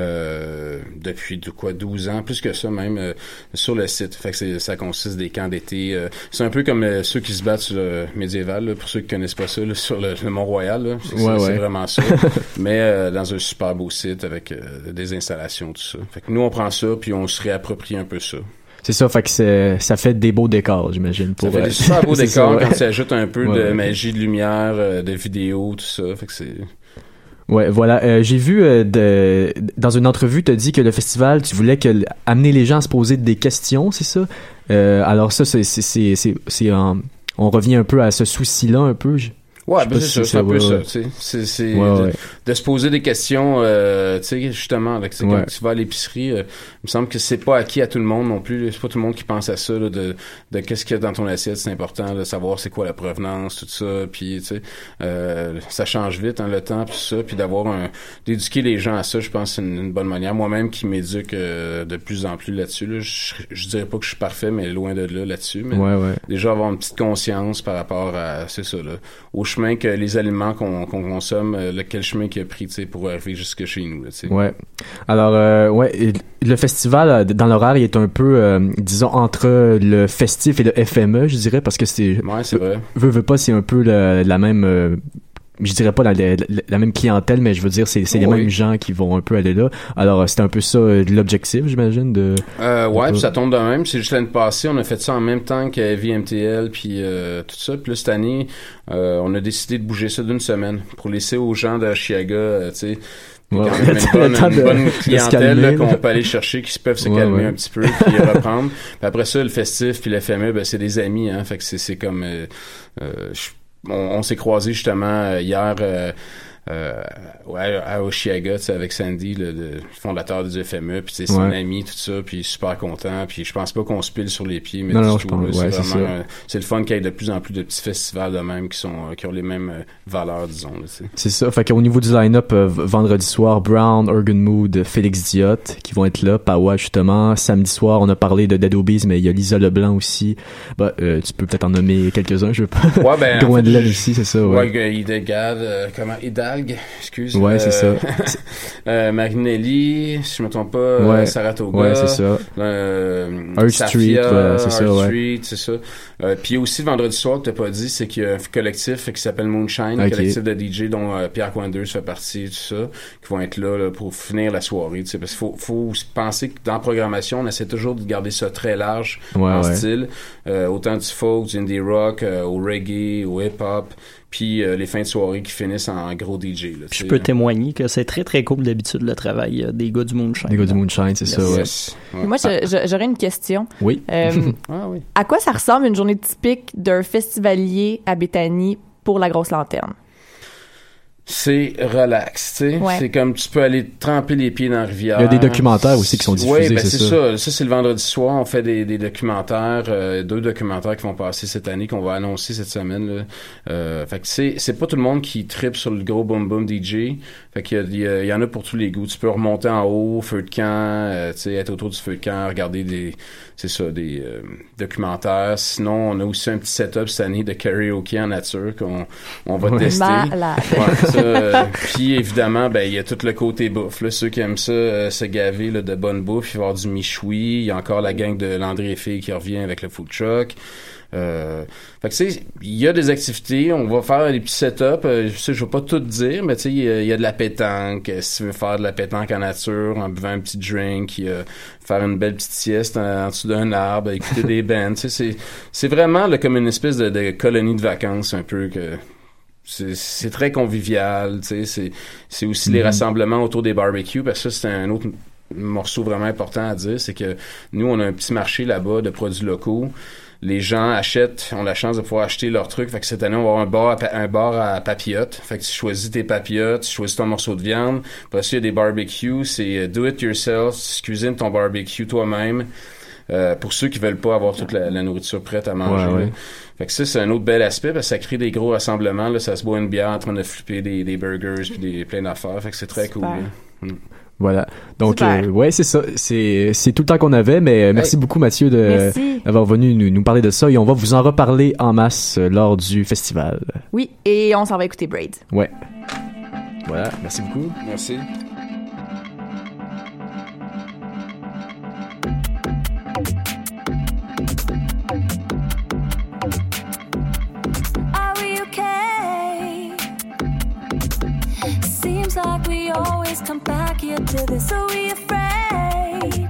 euh, depuis de quoi douze ans, plus que ça même, euh, sur le site. Fait que c'est, ça consiste des camps d'été. Euh, c'est un peu comme euh, ceux qui se battent sur le médiéval, là, pour ceux qui connaissent pas ça, là, sur le, le Mont-Royal. Là. C'est, Ouais, c'est, ouais. c'est vraiment ça. Mais euh, dans un super beau site avec euh, des installations, tout ça. Fait que nous, on prend ça, puis on se réapproprie un peu ça. C'est ça, fait que c'est, ça fait des beaux décors, j'imagine. Pour, Ça fait euh, des super beaux c'est décors ça, ouais. quand ça ajoute un peu Ouais, de ouais. magie, de lumière, euh, de vidéo, tout ça. Fait que c'est... Ouais, voilà. Euh, j'ai vu euh, de, dans une entrevue, tu as dit que le festival, tu voulais que, amener les gens à se poser des questions, c'est ça? Euh, alors ça, c'est, c'est, c'est, c'est, c'est en- on revient un peu à ce souci-là, un peu. Je- Ouais, je sais ben pas c'est si ça, c'est un peu ouais, ça, ouais. tu sais. C'est, c'est Ouais, de, ouais. de se poser des questions, euh, tu sais, justement, là, que c'est Ouais. quand tu vas à l'épicerie, euh, il me semble que c'est pas acquis à tout le monde non plus, c'est pas tout le monde qui pense à ça, là, de, de qu'est-ce qu'il y a dans ton assiette, c'est important, de savoir c'est quoi la provenance, tout ça, puis, tu sais, euh, ça change vite, hein, le temps, puis ça, puis d'avoir un, d'éduquer les gens à ça, je pense que c'est une, une bonne manière. Moi-même qui m'éduque euh, de plus en plus là-dessus, là, je, je dirais pas que je suis parfait, mais loin de là, là-dessus, mais Ouais, ouais. déjà avoir une petite conscience par rapport à, c'est ça, là, au chemin que les aliments qu'on, qu'on consomme, euh, lequel chemin qu'il a pris, tu sais, pour arriver jusque chez nous, là, tu sais. Ouais. Alors, euh, ouais, et le festival, euh, dans l'horaire, il est un peu, euh, disons, entre le festif et le F M E, je dirais, parce que c'est... Ouais, c'est vrai. Veux, veux pas, c'est un peu la, la même... euh, je dirais pas la, la, la même clientèle, mais je veux dire, c'est, c'est les Oui. mêmes gens qui vont un peu aller là. Alors, euh, c'est un peu ça, euh, l'objectif, j'imagine, de... Euh, ouais, de- puis ça tombe de même. C'est juste l'année passée, on a fait ça en même temps que V M T L, puis euh, tout ça. Puis là, cette année, euh, on a décidé de bouger ça d'une semaine pour laisser aux gens de Chiaga, euh, tu sais, Ouais. quand même une bonne, Le temps une de- bonne de se clientèle calmer, là, là. qu'on peut aller chercher, qui se peuvent se Ouais, calmer ouais. un petit peu, puis reprendre. Puis après ça, le festif, puis le F M E, ben, c'est des amis, hein. Fait que c'est, c'est comme... euh, euh, je- on, on s'est croisés justement euh, hier... Euh, euh, ouais, à Oshiaga, tu sais, avec Sandy, le, le fondateur du F M E, puis c'est son Ouais. ami, tout ça, puis super content, puis je pense pas qu'on se pile sur les pieds, mais Non, du non, tout, je pense- là, c'est ouais, c'est vraiment, ça. euh, c'est le fun qu'il y ait de plus en plus de petits festivals de même qui sont, euh, qui ont les mêmes euh, valeurs, disons, là, tu sais. C'est ça. Fait qu'au niveau du line-up, euh, v- vendredi soir, Brown, Organ Mood, Félix Diot qui vont être là, Pawa justement. Samedi soir, on a parlé de Dead Obies, mais il y a Lisa Leblanc aussi. Bah, euh, tu peux peut-être en nommer quelques-uns, je veux pas. Ouais, ben, en Groenland fait, aussi, c'est ça, ouais. Ouais, ouais Hidegard, euh, comment, Hidalgue, excuse. Ouais, euh, c'est ça. euh, Marinelli, si je me trompe pas, Ouais. euh, Saratoga. Ouais, c'est ça. Euh, Earth Safia, Street, ouais, c'est ça, Earth ouais. Street, c'est ça. Euh, puis aussi, vendredi soir, que t'as pas dit, c'est qu'il y a un collectif qui s'appelle Moonshine, un Ok. collectif de D J dont euh, Pierre Coinders fait partie, tout ça, qui vont être là, là pour finir la soirée, tu sais, parce qu'il faut, faut penser que dans la programmation, on essaie toujours de garder ça très large Ouais, en ouais. style, euh, autant du folk, du indie rock, euh, au reggae, au hip-hop, puis euh, les fins de soirée qui finissent en gros D J. Là, Je tu sais. peux témoigner que c'est très très cool d'habitude le travail euh, des gars du Moonshine. Les gars du Moonshine, c'est ça, ouais. Yes. Ouais. Moi, je- je- j'aurais une question. Oui. Euh, Ah oui. à quoi ça ressemble une journée typique d'un festivalier à Béthanie pour la grosse lanterne? c'est relax, tu sais. Ouais. C'est comme tu peux aller tremper les pieds dans la rivière. Il y a des documentaires aussi qui sont diffusés, Oui, ben c'est c'est ça. ça. Ça, c'est le vendredi soir. On fait des, des documentaires, euh, deux documentaires qui vont passer cette année, qu'on va annoncer cette semaine, là. Euh, fait que c'est, c'est pas tout le monde qui tripe sur le gros boom boom D J. Fait qu'il y, a, il y, a, il y en a pour tous les goûts. Tu peux remonter en haut, feu de camp, euh, tu sais, être autour du feu de camp, regarder des, c'est ça, des euh, documentaires. Sinon, on a aussi un petit setup cette année de karaoké en nature qu'on on va Ouais. tester. Malade. Ouais, ça, euh, puis évidemment, ben il y a tout le côté bouffe. Là, ceux qui aiment ça, euh, se gaver là, de bonne bouffe, il va y avoir du michoui. Il y a encore la gang de Landry et Fille qui revient avec le food truck. Euh, fait que tu sais, il y a des activités, on va faire des petits setups, euh, je sais, je vais pas tout dire, mais tu sais, il y, y a de la pétanque, euh, si tu veux faire de la pétanque en nature, en buvant un petit drink, euh, faire une belle petite sieste en, en dessous d'un arbre, écouter des bands, tu sais, c'est, c'est vraiment là, comme une espèce de, de colonie de vacances un peu que... C'est, c'est très convivial, tu sais, c'est, c'est aussi mm-hmm. les rassemblements autour des barbecues, parce que ça, c'est un autre morceau vraiment important à dire, c'est que nous, on a un petit marché là-bas de produits locaux. Les gens achètent, ont la chance de pouvoir acheter leurs trucs. Fait que cette année, on va avoir un bar à, pa- un bar à papillotes. Fait que tu choisis tes papillotes, tu choisis ton morceau de viande. Après ça, il y a des barbecues, c'est do it yourself, tu cuisines ton barbecue toi-même. Euh, pour ceux qui veulent pas avoir toute la, la nourriture prête à manger. Ouais, ouais. Fait que ça, c'est un autre bel aspect parce que ça crée des gros rassemblements. Là, ça se boit une bière en train de flipper des, des burgers puis des plein d'affaires. Fait que c'est très Super. cool. Là. Mm. Voilà. Donc, Super. euh, ouais, c'est ça. C'est, c'est tout le temps qu'on avait, mais euh, merci Hey. beaucoup, Mathieu, de, Merci. d'avoir venu nous, nous parler de ça et on va vous en reparler en masse euh, lors du festival. Oui, et on s'en va écouter Braid. Ouais. Voilà. Merci beaucoup. Merci. Are we okay? Seems like we always come back here to this. Are we afraid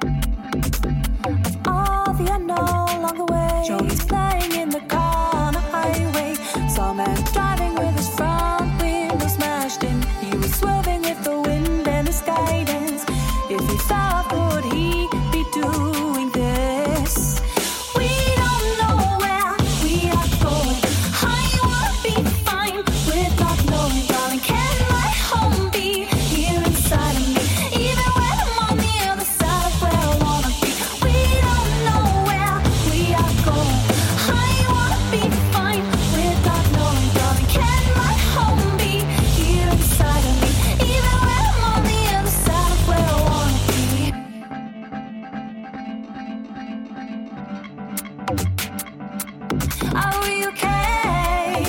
of all the unknown along the way? Joey's playing in the car on a highway. Saw a man driving with his front window smashed in. He was swerving with the wind and his guidance. If he fell off, would he be doing this? We don't know where we are going. I wanna be fine without knowing, darling. Can my home be here inside of me? Even when I'm on the other side of where I wanna be. We don't know where we are going. I wanna be fine without knowing, darling. Can my home be here inside of me? Even when I'm on the other side of where I wanna be. Are we okay?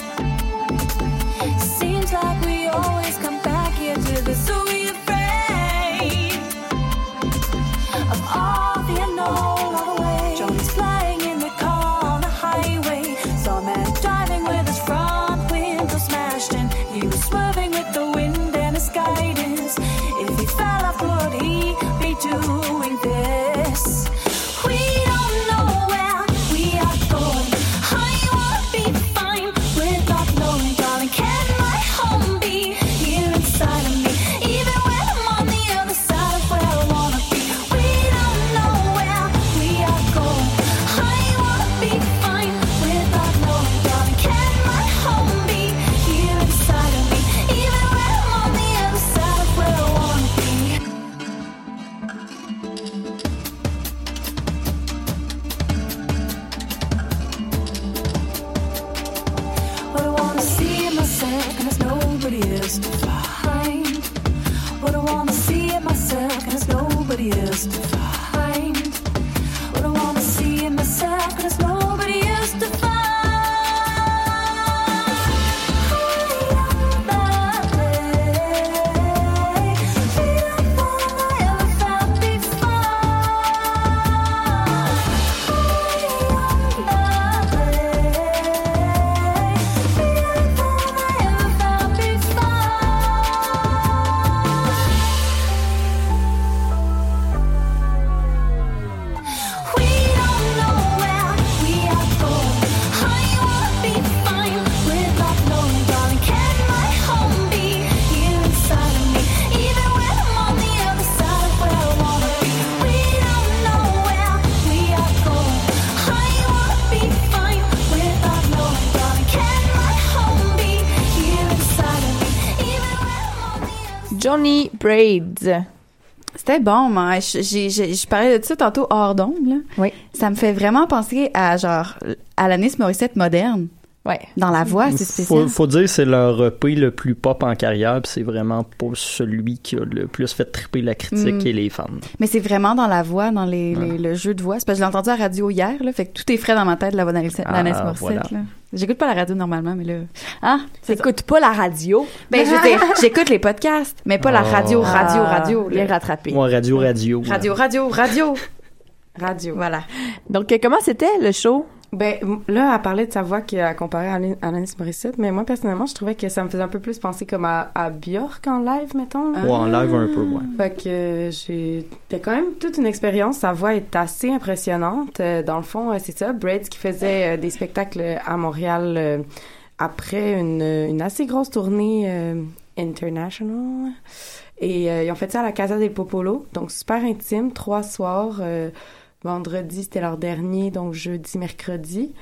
Seems like we always come back here to this. Are we afraid of all the unknown on the way? Joey's flying in the car on the highway. Saw a man driving with his front window smashed in. He was swerving with the wind and his guidance. If he fell off, would he be doing this? We don't know where we are going. I wanna be fine without knowing, darling. Can my home be here inside of me? Even when I'm on the other side of where I wanna be. We don't know where we are going. I wanna be fine without knowing, darling. Can my home be here inside of me? Even when I'm on the other side of where I wanna be. What I wanna see in myself, and there's nobody else to find. What I wanna see in myself, and there's nobody else to find. What I wanna see in myself, and there's nobody else to find. Johnny Braids. C'était bon, moi. Je, j'ai, j'ai, je parlais de ça tantôt hors d'onde, là. Oui. Ça me fait vraiment penser à, genre, Alanis Morissette moderne. Ouais. Dans la voix, c'est spécial. Faut, faut dire c'est leur E P le plus pop en carrière, puis c'est vraiment pas celui qui a le plus fait triper la critique Mm. et les fans. Mais c'est vraiment dans la voix, dans les, Ouais. les- le jeu de voix. C'est parce que je l'ai entendu à la radio hier, là. Fait que tout est frais dans ma tête, la voix d'Alanis Ah, d'Alanis Morissette, voilà. là. J'écoute pas la radio normalement, mais là. Ah, c'est ça. T'écoutes pas la radio? Ben, je veux dire, j'écoute les podcasts, mais pas la radio, radio, Ah, radio. bien là. rattrapé. Ouais, radio, radio. là. Radio, radio, radio. Radio. Voilà. Donc, euh, comment c'était le show? Ben, m- là, elle parlait de sa voix qu'elle comparait à Alain- Alanis Morissette, mais moi, personnellement, je trouvais que ça me faisait un peu plus penser comme à, à Björk en live, mettons. Ouais, en live un peu, ouais. Fait que euh, j'ai... C'était quand même toute une expérience. Sa voix est assez impressionnante. Euh, dans le fond, euh, c'est ça. Braids qui faisait euh, des spectacles à Montréal euh, après une, une assez grosse tournée euh, international. Et euh, ils ont fait ça à la Casa del Popolo. Donc, super intime. Trois soirs. euh, vendredi, c'était leur dernier. Donc, jeudi, mercredi.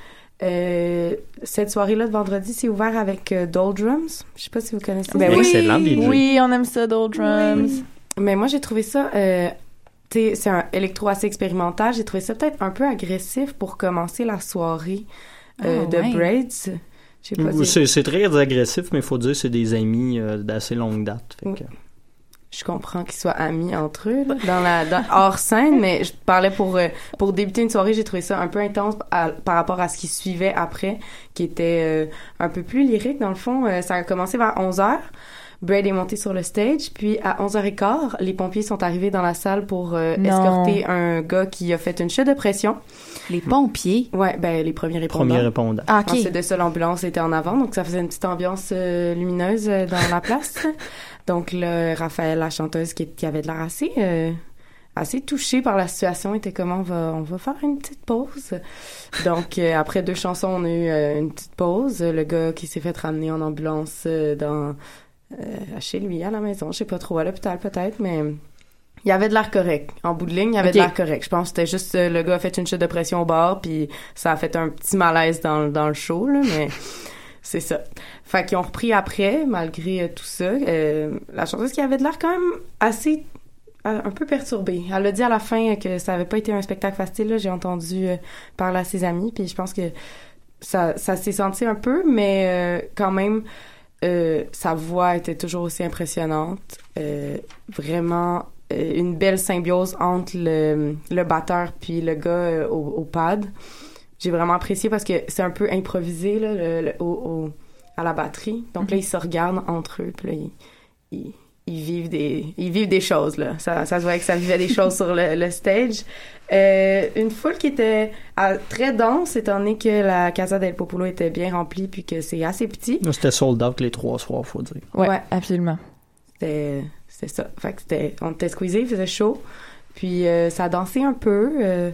Euh, cette soirée-là de vendredi, c'est ouvert avec euh, Doldrums. Je sais pas si vous connaissez. Ben Oui, oui, c'est l'un des deux. oui, on aime ça, Doldrums. Mais moi, j'ai trouvé ça... Euh, tu sais, c'est un électro assez expérimental. J'ai trouvé ça peut-être un peu agressif pour commencer la soirée euh, Ah, de ouais. Braids. Je sais pas si... C'est, c'est très agressif, mais il faut dire que c'est des amis euh, d'assez longue date. Fait que... Je comprends qu'ils soient amis entre eux, là, dans la, dans, hors scène, mais je parlais pour, euh, pour débuter une soirée, j'ai trouvé ça un peu intense à- par rapport à ce qui suivait après, qui était euh, un peu plus lyrique, dans le fond. Euh, ça a commencé vers onze heures. Braid est monté sur le stage, puis à onze heures quinze, les pompiers sont arrivés dans la salle pour euh, Non. escorter un gars qui a fait une chute de pression. Les pompiers? Ouais, ben les premiers répondants. Premier répondant. Ah, OK. Ensuite de ça, l'ambulance était en avant, donc ça faisait une petite ambiance euh, lumineuse euh, dans la place. Donc là, Raphaël, la chanteuse qui, qui avait de l'air assez, euh, assez touchée par la situation, était comme on va, on va faire une petite pause. Donc euh, après deux chansons, on a eu euh, une petite pause. Le gars qui s'est fait ramener en ambulance euh, dans euh, chez lui, à la maison, je sais pas trop, à l'hôpital peut-être, mais il y avait de l'air correct. En bout de ligne, il y avait Ok. de l'air correct. Je pense que c'était juste euh, le gars a fait une chute de pression au bord, puis ça a fait un petit malaise dans, dans le show, là, mais c'est ça. Fait qu'ils ont repris après, malgré euh, tout ça. Euh, la chanteuse qui avait de l'air quand même assez... euh, un peu perturbée. Elle a dit à la fin euh, que ça avait pas été un spectacle facile, là. J'ai entendu euh, parler à ses amis, puis je pense que ça, ça s'est senti un peu, mais euh, quand même... Euh, sa voix était toujours aussi impressionnante. Euh, vraiment euh, une belle symbiose entre le, le batteur puis le gars euh, au, au pad. J'ai vraiment apprécié parce que c'est un peu improvisé là, le, le- au, au- à la batterie. Donc là, ils se regardent entre eux. Puis là, ils, ils, ils vivent des ils vivent des choses là. Ça, ça se voyait que ça vivait des choses sur le, le stage. Euh, une foule qui était euh, très dense étant donné que la Casa del Popolo était bien remplie puis que c'est assez petit. Là, c'était sold out les trois soirs, faut dire. Ouais, Ouais. absolument. C'était c'était ça. Fait que c'était on était squeezés, il faisait chaud. Puis euh, ça dansait un peu. euh,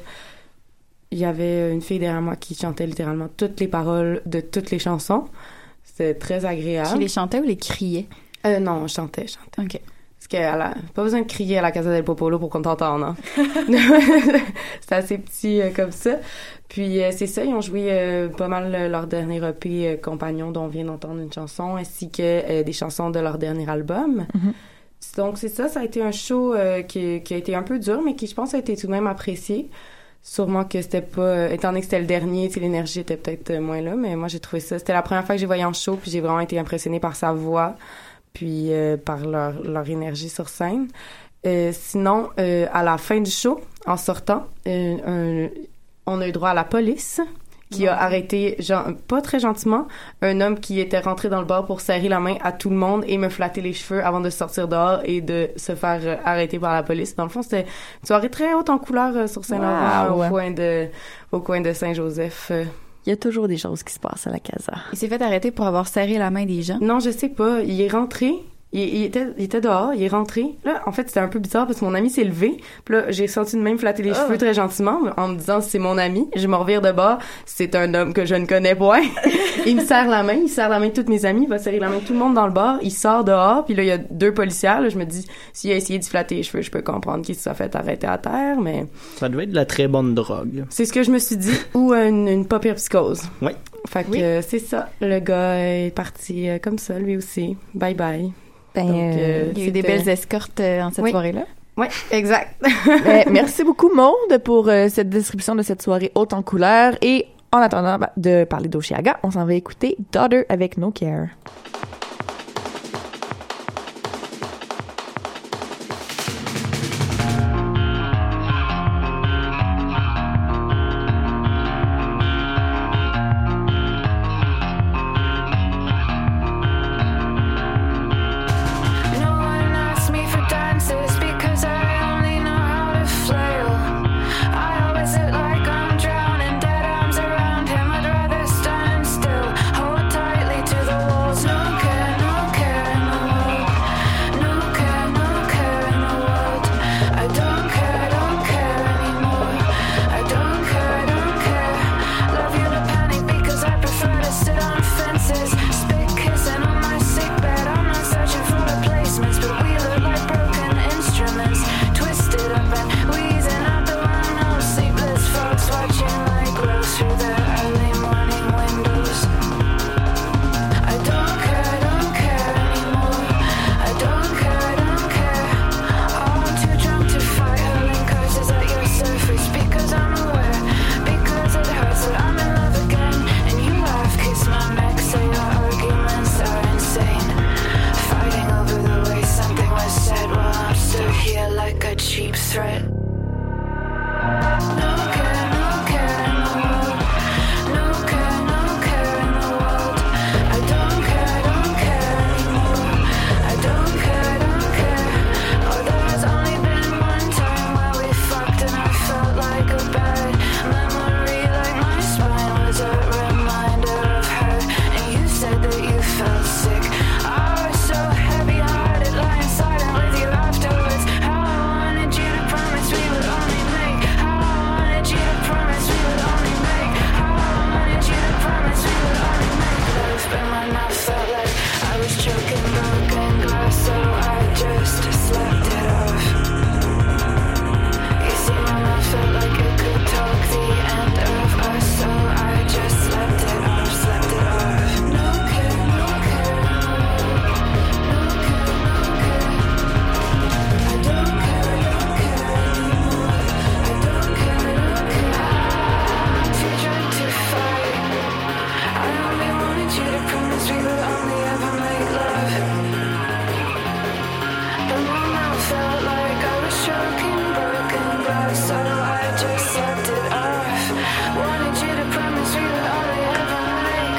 Il y avait une fille derrière moi qui chantait littéralement toutes les paroles de toutes les chansons. C'était très agréable. Tu les chantais ou les criais? Euh, non, je chantais, je chantais. OK. Parce qu'elle a pas besoin de crier à la Casa del Popolo pour qu'on t'entende, hein. C'était assez petit euh, comme ça. Puis euh, c'est ça, ils ont joué euh, pas mal euh, leur dernier E P euh, Compagnon dont on vient d'entendre une chanson, ainsi que euh, des chansons de leur dernier album. Mm-hmm. Donc c'est ça, ça a été un show euh, qui, qui a été un peu dur, mais qui je pense a été tout de même apprécié. Sûrement que c'était pas... euh, étant donné que c'était le dernier, tu sais, l'énergie était peut-être euh, moins là, mais moi j'ai trouvé ça... C'était la première fois que j'ai voyé en show, puis j'ai vraiment été impressionnée par sa voix, puis euh, par leur, leur énergie sur scène. Euh, sinon, euh, à la fin du show, en sortant, euh, un- on a eu droit à la police qui a arrêté, gen- pas très gentiment, un homme qui était rentré dans le bar pour serrer la main à tout le monde et me flatter les cheveux avant de sortir dehors et de se faire euh, arrêter par la police. Dans le fond, c'était une soirée très haute en couleur euh, sur Saint-Laurent, Wow. au coin de, au coin de Saint-Joseph. euh. Il y a toujours des choses qui se passent à la Casa. Il s'est fait arrêter pour avoir serré la main des gens. Non, je sais pas. Il est rentré. Il, il était, il était dehors, il est rentré. Là, en fait, c'était un peu bizarre parce que mon ami s'est levé. Puis là, j'ai senti de même flatter les cheveux très gentiment en me disant c'est mon ami. Je me revire de bord. C'est un homme que je ne connais point. Il me serre la main. Il serre la main de toutes mes amies. Il va serrer la main de tout le monde dans le bar. Il sort dehors. Puis là, il y a deux policiers. Là, je me dis, s'il a essayé de flatter les cheveux, je peux comprendre qu'il se soit fait arrêter à terre. Mais Ça devait être de la très bonne drogue. c'est ce que je me suis dit. Ou une, une pas pire psychose. Oui. Fait que Oui. euh, c'est ça. Le gars est parti euh, comme ça, lui aussi. Bye bye. Ben, Donc, euh, il y a eu des c'était- belles escortes euh, en cette Oui. soirée-là. Oui, exact. Ben, merci beaucoup, Maude, pour euh, cette description de cette soirée haute en couleurs. Et en attendant bah, de parler d'Oshiaga, on s'en va écouter Daughter avec No Care. No one asks me for dances because I only know how to flail. I always look like I'm drowning, dead arms around him. I'd rather stand still, hold tightly to the walls. No care, no care in the world. No care, no care in the world. I don't care, don't care anymore. I don't care, don't care. Love you to panic because I prefer to sit on fences. Spit kissing on my sick bed. I'm not searching for replacements, but we look like broken instruments, twisted up and wheezing out the window. Sleepless folks watching light glow through the early morning windows. I don't care, don't care anymore. I don't care, don't care. Oh, I'm too drunk to fight, hurling curses at your surface because I'm aware, because it hurts that I'm in love again. And you laugh, kiss my neck, say your arguments are insane. Fighting over the way something was said while I'm still here like a cheap threat. No care, no care in the world. No care, no care in the world. I don't care, don't care anymore. I don't care, don't care. Oh, there's only been one time where we fucked and I felt like a bad memory, like my spine was a reminder of her. And you said that you felt sick. I was so heavy-hearted, lying silent with you afterwards. How I wanted you to promise we would only make. How I wanted you to promise we would only make. How I wanted you to promise we would only make love. But my mouth felt like I was choking broken glass, so I just slept it off. You see, my mouth felt like it could talk the end of us, so I just slept it off, slept it off. No care, no care, no care, no care. I don't care, don't care anymore. I don't care, don't care. I'm too drunk to fight. I only wanted you to promise we would only ever make love. But my mouth felt like I was choking broken glass, so I just slept it off. Wanted you to promise we would only ever make.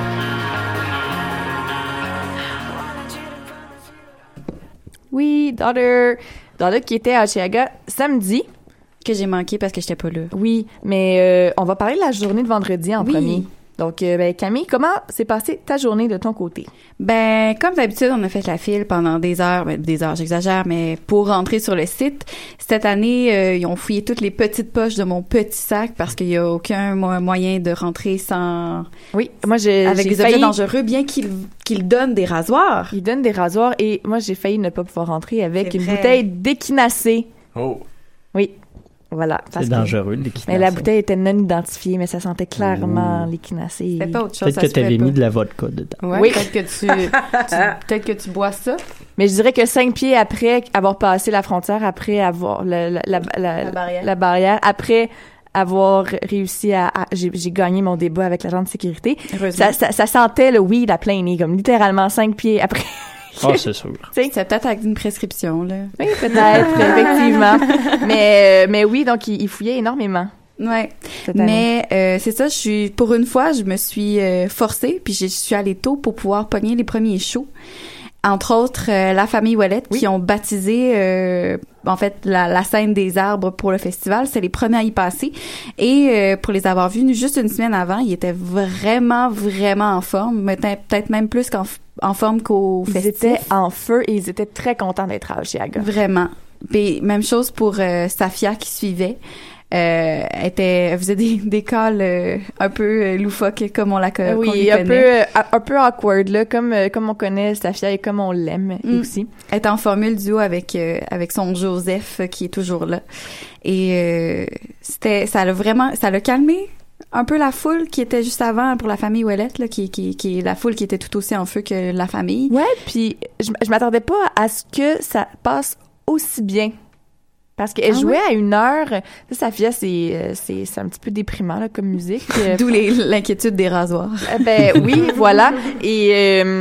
Wanted you to promise we would. Oui, Daughter. Daughter qui était à Oshiaga samedi. Que j'ai manqué parce que j'étais pas là. Oui, mais euh, on va parler de la journée de vendredi en Oui. premier. Donc, euh, ben, Camille, comment s'est passée ta journée de ton côté? Ben, comme d'habitude, on a fait la file pendant des heures, ben, des heures, j'exagère, mais pour rentrer sur le site. Cette année, euh, ils ont fouillé toutes les petites poches de mon petit sac parce qu'il y a aucun mo- moyen de rentrer sans... Oui, moi, j'ai avec j'ai des failli... objets dangereux, bien qu'ils qu'ils donnent des rasoirs. Ils donnent des rasoirs et moi, j'ai failli ne pas pouvoir rentrer avec C'est une vrai. bouteille d'équinacée. Oh. Oui, voilà. parce C'est que- dangereux, l'équinacée. Mais la bouteille était non identifiée, mais ça sentait clairement l'équinacée. C'était pas autre chose, Peut-être ça que se pouvait t'avais pas. mis de la vodka dedans. Ouais, Oui. peut-être que tu, tu- peut-être que tu bois ça. Mais je dirais que cinq pieds après avoir passé la frontière, après avoir le- la, la, la, La barrière. la barrière, après avoir réussi à, à- j'ai, j'ai gagné mon débat avec l'agent de sécurité. Heureusement. Ça, ça, ça sentait le weed à plein nez, comme littéralement cinq pieds après. Ah, c'est sûr. Tu sais, C'est peut-être avec une prescription, là. oui, peut-être, effectivement. Mais, euh, mais oui, donc il, il fouillait énormément. Ouais. cette année. Mais euh, c'est ça, je suis pour une fois, je me suis euh, forcée, puis je suis allée tôt pour pouvoir pogner les premiers shows. Entre autres, euh, la famille Ouellette, Oui. qui ont baptisé euh, en fait la, la scène des arbres pour le festival. C'est les premiers à y passer. Et euh, pour les avoir vus juste une semaine avant, ils étaient vraiment, vraiment en forme. mais peut- Peut-être même plus qu'en f- en forme qu'au Ils festif. étaient en feu et ils étaient très contents d'être à Oshiaga. Vraiment. Puis même chose pour euh, Safia qui suivait. Euh, elle était, elle faisait des, des calls euh, un peu euh, loufoques comme on la co- qu'on Oui, les un peu, connaît. euh, un peu awkward, là, comme, euh, comme on connaît Safia et comme on l'aime Mm. aussi. Elle est en formule duo avec euh, avec son Joseph euh, qui est toujours là. Et euh, c'était, ça l'a vraiment, ça l'a calmé un peu la foule qui était juste avant pour la famille Ouellette, là, qui, qui, qui est la foule qui était tout aussi en feu que la famille. Ouais, puis je, je m'attendais pas à ce que ça passe aussi bien. Parce qu'elle Ah jouait ouais? à une heure. Ça, Safia, c'est, euh, c'est, c'est un petit peu déprimant là, comme musique. Euh, D'où les, l'inquiétude des rasoirs. Euh, ben oui, voilà. Et, euh,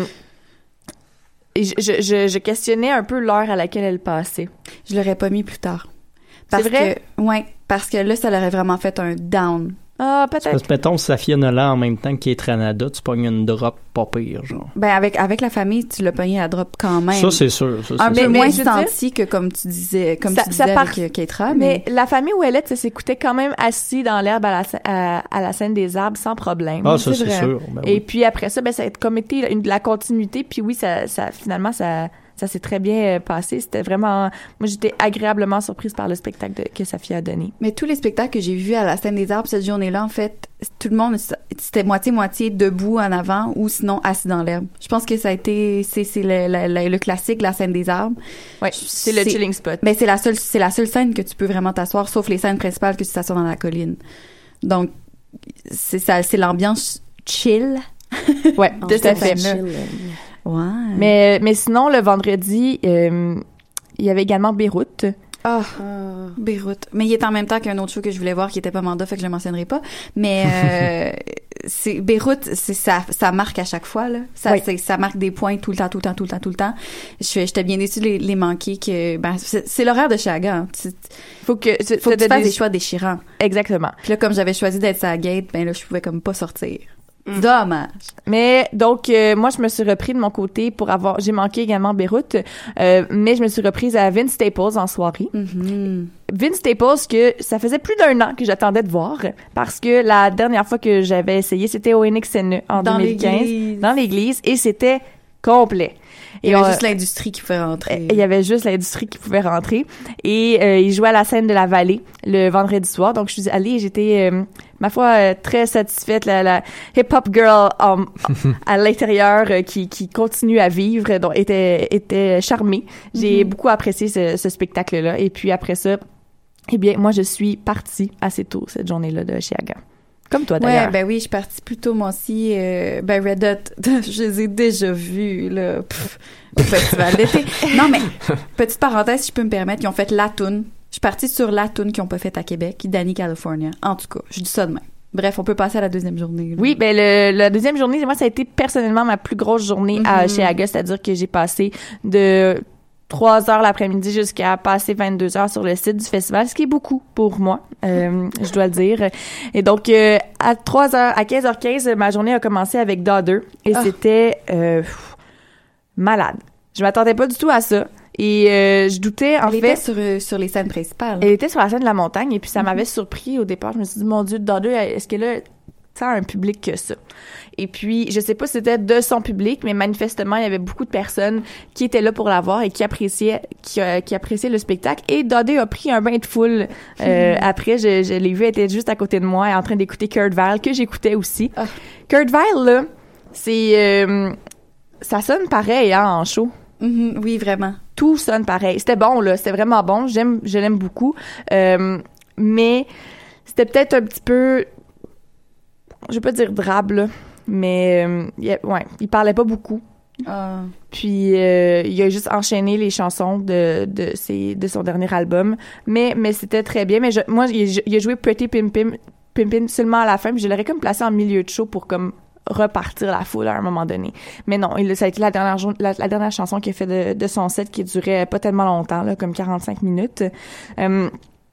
et je, je, je, je questionnais un peu l'heure à laquelle elle passait. Je l'aurais pas mis plus tard. Parce C'est vrai? que, ouais, parce que là, ça l'aurait vraiment fait un down. Ah, peut-être. Parce que, mettons, Safia Nolan en même temps qu'Kate Ranada, tu pognes une drop pas pire, genre. Ben, avec, avec la famille, tu l'as pogné à drop quand même. Ça, c'est sûr. Ça, c'est Un peu sûr. mais moins je veux dire- senti que comme tu disais, comme Ça- tu ça disais part- avec euh, Keitra, Mais mais... la famille Ouellette, ça s'écoutait quand même assis dans l'herbe à la, sc- à, à la scène des arbres sans problème. Ah, ça, c'est vrai. sûr. Ben Et oui. puis après ça, ben, ça a comme été une, la continuité. Puis oui, ça, ça finalement, ça, ça s'est très bien euh, passé. C'était vraiment... Moi, j'étais agréablement surprise par le spectacle de- que Safia a donné. Mais tous les spectacles que j'ai vus à la scène des arbres cette journée-là, en fait, tout le monde, c'était moitié-moitié debout en avant ou sinon assis dans l'herbe. Je pense que ça a été... C'est, c'est le, le, le- le classique, la scène des arbres. Ouais, c'est le C'est- chilling spot. Mais c'est la seule, c'est la seule scène que tu peux vraiment t'asseoir, sauf les scènes principales que tu t'assois dans la colline. Donc, c'est ça, c'est l'ambiance chill. Ouais, En tout à fait. fait. Ouais. Mais, mais sinon, le vendredi, euh, il y avait également Beyrouth. Ah, Beyrouth. Mais il est en même temps qu'un autre show que je voulais voir qui était pas mandat, fait que je le mentionnerai pas. Mais euh, c'est Beyrouth, c'est ça, ça marque à chaque fois là. Ça, Oui. c'est, ça marque des points tout le temps, tout le temps, tout le temps, tout le temps. Je j'étais bien déçue de les, les manquer. Que ben c'est, c'est l'horaire de Chiaga. Hein. Tu- Faut que, tu- Faut que tu t'as fasses des- des choix déchirants. Exactement. Puis là, comme j'avais choisi d'être sa gate, ben là, je pouvais comme pas sortir. Dommage. Mais donc euh, moi je me suis repris de mon côté pour avoir j'ai manqué également Beyrouth euh, mais je me suis reprise à Vince Staples en soirée. Mm-hmm. Vince Staples que ça faisait plus d'un an que j'attendais de voir parce que la dernière fois que j'avais essayé c'était au N X N E en Dans deux mille quinze l'église. dans l'église et c'était complet. Il y avait on- juste l'industrie qui pouvait rentrer. il y avait juste l'industrie qui pouvait rentrer et euh, il jouait à la scène de la Vallée le vendredi soir donc je suis allée et j'étais euh, ma foi euh, très satisfaite la, la hip hop girl um, à l'intérieur euh, qui qui continue à vivre donc était était charmée. J'ai Mhm. beaucoup apprécié ce, ce spectacle là et puis après ça eh bien moi je suis partie assez tôt cette journée-là de Chiaga. Comme toi d'ailleurs. Ouais, ben oui, je suis partie plus tôt, moi aussi. Euh, ben Red Hot, je les ai déjà vus, là, pff, au festival d'été. Non, mais, petite parenthèse, si je peux me permettre, ils ont fait la toune. Je suis partie sur la toune qu'ils ont pas faite à Québec, Danny California. En tout cas, je dis ça demain. Bref, on peut passer à la deuxième journée. là. Oui, ben le, la deuxième journée, moi, ça a été personnellement ma plus grosse journée à Mhm. Chiaga, c'est-à-dire que j'ai passé de trois heures l'après-midi jusqu'à passer vingt-deux heures sur le site du festival, ce qui est beaucoup pour moi, euh, je dois le dire. Et donc, euh, à trois heures, à quinze heures quinze, ma journée a commencé avec Daughter et Ah. c'était euh, pff, malade. Je m'attendais pas du tout à ça. Et euh, je doutais, en Elle fait... était sur, euh, sur les scènes principales. Elle était sur la scène de la montagne et puis ça Mhm. m'avait surpris au départ. Je me suis dit, mon Dieu, Daughter, est-ce qu'elle a tant un public que ça? Et puis, je sais pas si c'était de son public, mais manifestement, il y avait beaucoup de personnes qui étaient là pour la voir et qui appréciaient, qui, euh, qui appréciaient le spectacle. Et Daughter a pris un bain de foule. Euh, Après, je, je l'ai vu, elle était juste à côté de moi, en train d'écouter Kurt Vile, que j'écoutais aussi. Ah. Kurt Vile, là, c'est... euh, ça sonne pareil, hein, en show. Mhm, oui, vraiment. Tout sonne pareil. C'était bon, là. C'était vraiment bon. J'aime, je l'aime beaucoup. Euh, mais c'était peut-être un petit peu... Je vais pas dire drabe, là. Mais, euh, il a- ouais, il parlait pas beaucoup. Ah. Puis, euh, il a juste enchaîné les chansons de, de, ses, de son dernier album. Mais, mais c'était très bien. Mais je, moi, il, il a joué Pretty Pimpin' Pimpin' seulement à la fin. Puis je l'aurais comme placé en milieu de show pour comme repartir la foule à un moment donné. Mais non, il, ça a été la dernière, jour- la, la dernière chanson qu'il a fait de, de son set qui durait pas tellement longtemps, là, comme quarante-cinq minutes. Euh,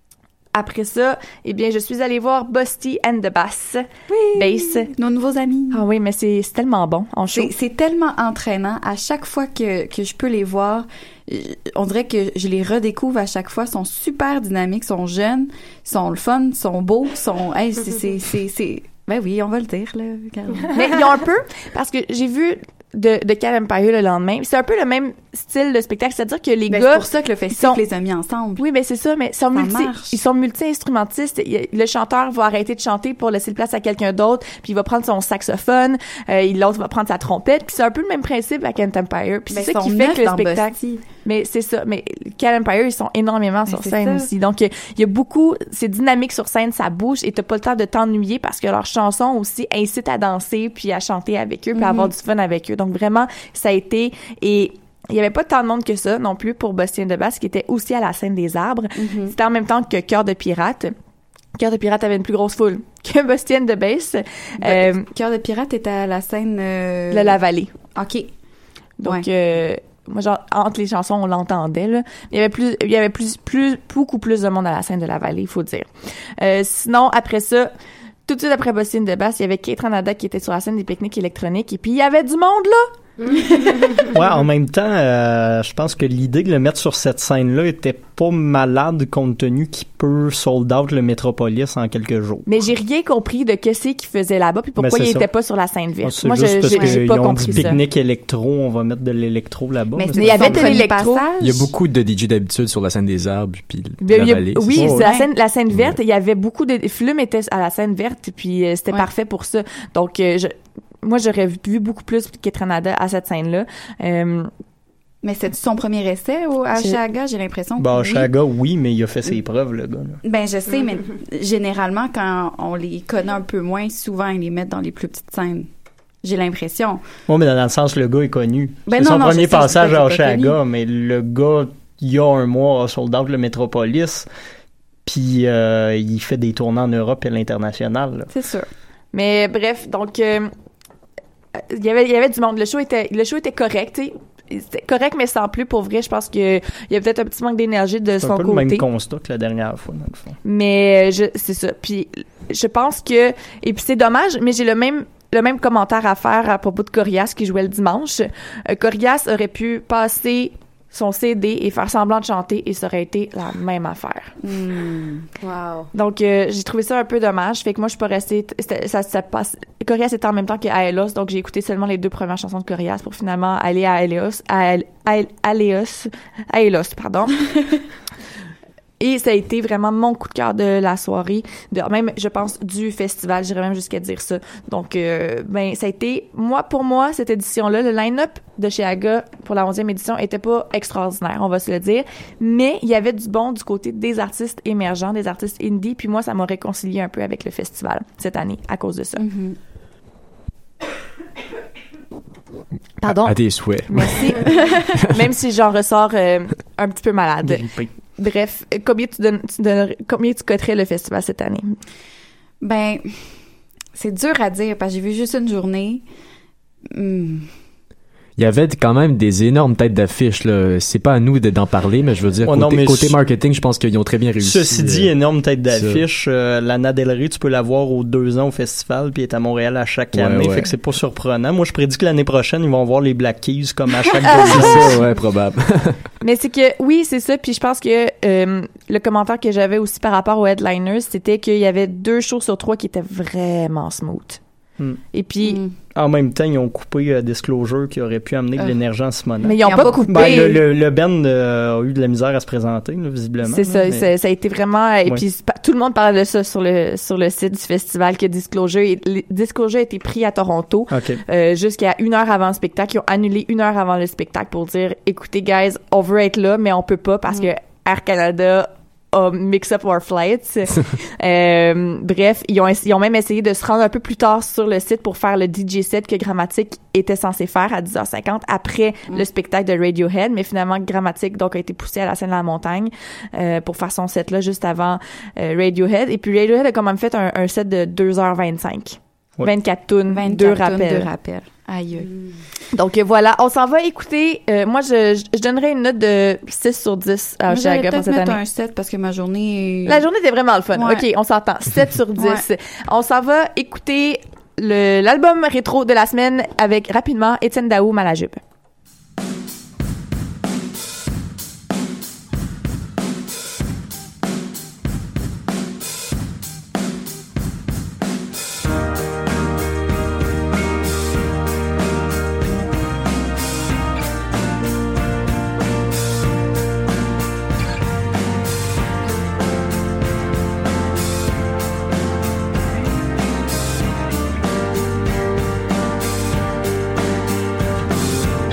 après ça, eh bien, je suis allée voir Busty and the Bass. Oui. Bass. Nos nouveaux amis. Ah oui, mais c'est c'est tellement bon en show. C'est, c'est tellement entraînant. À chaque fois que, que je peux les voir, euh, on dirait que je les redécouvre à chaque fois. Ils sont super dynamiques, sont jeunes, sont le fun, sont beaux, sont... Hey, c'est, c'est, c'est, c'est... Ben oui, on va le dire, là. Carole. Mais ils ont un peu, parce que j'ai vu de, de Cat Empire le lendemain, c'est un peu le même style de spectacle, c'est-à-dire que les Ben, gars... c'est pour ça que le festival sont- les a mis ensemble. Oui, ben c'est ça, mais ils sont, Ça multi, marche. ils sont multi-instrumentistes. Il y a- Le chanteur va arrêter de chanter pour laisser place à quelqu'un d'autre, puis il va prendre son saxophone, euh, l'autre va prendre sa trompette, puis c'est un peu le même principe à Kent Empire. Puis Ben, c'est ça ils qui sont fait neufs que le dans spectacle... Busty. Mais c'est ça, mais Cal Empire, ils sont énormément Mais sur c'est scène ça. aussi. Donc, il y a beaucoup, c'est dynamique sur scène, ça bouge et t'as pas le temps de t'ennuyer parce que leurs chansons aussi incitent à danser puis à chanter avec eux puis à avoir du fun avec eux. Donc, vraiment, ça a été, et il y avait pas tant de monde que ça non plus pour Bastien de Basse qui était aussi à la scène des arbres. Mm-hmm. C'était en même temps que Cœur de pirate. Cœur de pirate avait une plus grosse foule que Bastien de Basse. Euh, Cœur de pirate était à la scène... Euh... La La Vallée. OK. Donc, Ouais. euh, moi, genre, entre les chansons, on l'entendait, là. Il y avait plus, il y avait plus, plus, beaucoup plus de monde à la scène de la Vallée, il faut dire. Euh, sinon, après ça, tout de suite après Bastien de Basse, il y avait Kate Ranada qui était sur la scène des pique-niques électroniques, et puis il y avait du monde, là! Ouais, en même temps, euh, je pense que l'idée de le mettre sur cette scène-là était pas malade compte tenu qu'il peut sold out le Metropolis en quelques jours. Mais j'ai rien compris de qu'est-ce qu'il faisait là-bas, puis pourquoi Ben, c'est il ça. était pas sur la scène Ah, verte. c'est Moi, juste je, parce j'ai, j'ai qu'ils pas ont compris dit ça. pique-nique électro, on va mettre de l'électro là-bas. Mais Mais c'est Mais il y avait son de premier l'électro. passage. Il y a beaucoup de D J d'habitude sur la scène des arbres puis Il y a- la il y a- vallée. oui, c'est ça? c'est la Ouais. scène, la scène verte. Il y avait beaucoup de Flume était à la scène verte, puis euh, c'était Ouais. parfait pour ça. Donc, euh, je, moi, j'aurais vu, vu beaucoup plus Kate Ranada à cette scène-là. Euh, Mais c'est son premier essai au à C'est- Oshaga, j'ai l'impression. que Bah, oui. Chaga, oui, mais il a fait ses preuves, le gars. Là. Ben, je sais, mais généralement, quand on les connaît un peu moins, souvent, ils les mettent dans les plus petites scènes. J'ai l'impression. Oui, mais dans le sens, le gars est connu. Ben c'est non, son non, premier je sais, je passage sais à qu'il est pas Oshaga, mais le gars, il y a un mois, a sold out le Metropolis, puis euh, il fait des tournées en Europe et à l'international. là. C'est sûr. mais bref, donc, euh, il y avait, il y avait du monde. Le show était, le show était correct, tu sais. C'était correct, mais sans plus. Pour vrai, je pense que il y a peut-être un petit manque d'énergie de C'est son un peu côté. le même constat que la dernière fois, dans le fond. Mais je, c'est ça. Puis je pense que, et puis c'est dommage, mais j'ai le même le même commentaire à faire à propos de Corias qui jouait le dimanche. Euh, Corias aurait pu passer son C D et faire semblant de chanter et ça aurait été la même affaire. Wow. Donc euh, j'ai trouvé ça un peu dommage. Fait que moi je suis pas restée. c'était- Ça, ça passe. Corias était en même temps que Aelos, donc j'ai écouté seulement les deux premières chansons de Corias pour finalement aller à Aelos, à Aelos, Aelos, pardon. Et ça a été vraiment mon coup de cœur de la soirée, de, même, je pense, du festival. J'irais même jusqu'à dire ça. Donc, euh, ben, ça a été, moi, pour moi, cette édition-là, le line-up de chez Aga pour la onzième édition était pas extraordinaire, on va se le dire. Mais il y avait du bon du côté des artistes émergents, des artistes indie. Puis moi, ça m'a réconcilié un peu avec le festival cette année à cause de ça. Pardon? À tes souhaits. Merci. Même si j'en ressors euh, un petit peu malade. Grippé. Bref, euh, combien tu donnes, tu donnerais- combien tu coterais le festival cette année? Ben, c'est dur à dire parce que j'ai vu juste une journée. Hmm. Il y avait quand même des énormes têtes d'affiche, là. C'est pas à nous de- d'en parler, mais je veux dire, Ouais, côté, non, mais côté ce- marketing, je pense qu'ils ont très bien réussi. Ceci dit, euh, énorme tête ça. d'affiche. Euh, Lana Del Rey, tu peux la voir aux deux ans au festival, puis elle est à Montréal à chaque Ouais, année, ouais. fait que c'est pas surprenant. Moi, je prédis que l'année prochaine, ils vont voir les Black Keys comme à chaque C'est deux ans. ça, ouais, probable. Mais c'est que, oui, c'est ça. Puis je pense que euh, le commentaire que j'avais aussi par rapport aux headliners, c'était qu'il y avait deux shows sur trois qui étaient vraiment smooth. Hmm. Et puis, Hmm. En même temps, ils ont coupé euh, Disclosure qui aurait pu amener de Ah. l'énergie en Simonette. mais ils ont Ils ont pas, pas coupé. Ben, le, le, le band euh, a eu de la misère à se présenter, là, visiblement. C'est là, ça, mais- ça, ça a été vraiment. Et Ouais. puis c'est pas- tout le monde parlait de ça sur le sur le site du festival que Disclosure, est- les- Disclosure a été pris à Toronto OK. euh, jusqu'à une heure avant le spectacle. Ils ont annulé une heure avant le spectacle pour dire, écoutez guys, on veut être là, mais on peut pas parce que Air Canada a mix up our flights. euh, bref, ils ont ess- ils ont même essayé de se rendre un peu plus tard sur le site pour faire le D J set que Grammatique était censé faire à dix heures cinquante après le spectacle de Radiohead, mais finalement Grammatique donc a été poussé à la scène de la montagne euh, pour faire son set là juste avant euh, Radiohead. Et puis Radiohead a quand même fait un, un set de deux heures vingt-cinq. Ouais. vingt-quatre tunes, vingt-quatre deux tonnes rappels. de rappels. Aïe. aïe. Donc euh, voilà, on s'en va écouter. Euh, moi, je, je, je donnerais une note de six sur dix à Moi, j'allais Oshaga pour peut-être cette mettre année. un sept parce que ma journée est... La journée était vraiment le fun. Ouais. OK, on s'entend. sept sur dix. Ouais. On s'en va écouter le, l'album rétro de la semaine avec, rapidement, Étienne Daou, Malajube. Thank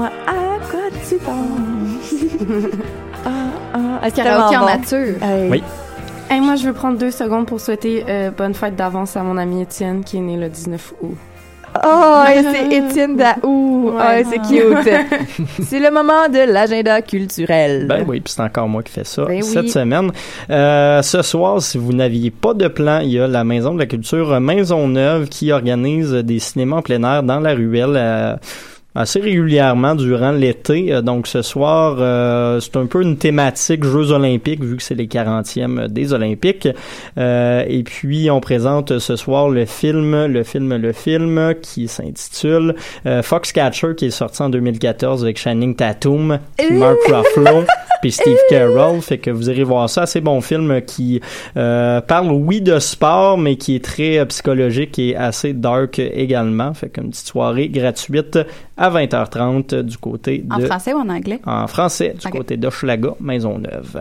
Dis-moi à quoi tu penses. ah, ah, est-ce Karaoké en nature. Hey. Oui. Hey, moi, je veux prendre deux secondes pour souhaiter euh, bonne fête d'avance à mon ami Étienne qui est né le dix-neuf août. Oh, et c'est Étienne Daou. Ouais. Oh, c'est cute. C'est le moment de l'agenda culturel. Ben oui, puis c'est encore moi qui fais ça Ben cette oui. semaine. Euh, ce soir, si vous n'aviez pas de plan, il y a la Maison de la Culture Maisonneuve qui organise des cinémas en plein air dans la ruelle euh, assez régulièrement durant l'été. Euh, Donc ce soir, euh, c'est un peu une thématique Jeux olympiques vu que c'est les quarantièmes des Olympiques. Euh, et puis on présente ce soir le film, le film, le film qui s'intitule euh, Foxcatcher qui est sorti en deux mille quatorze avec Channing Tatum, puis Mark Ruffalo. Puis Steve Carell, fait que vous irez voir ça, assez bon film qui euh, parle oui de sport mais qui est très euh, psychologique et assez dark également, fait qu'une petite soirée gratuite à vingt heures trente du côté de... En français ou en anglais? En français, du Okay. côté d'Hochelaga, Maisonneuve.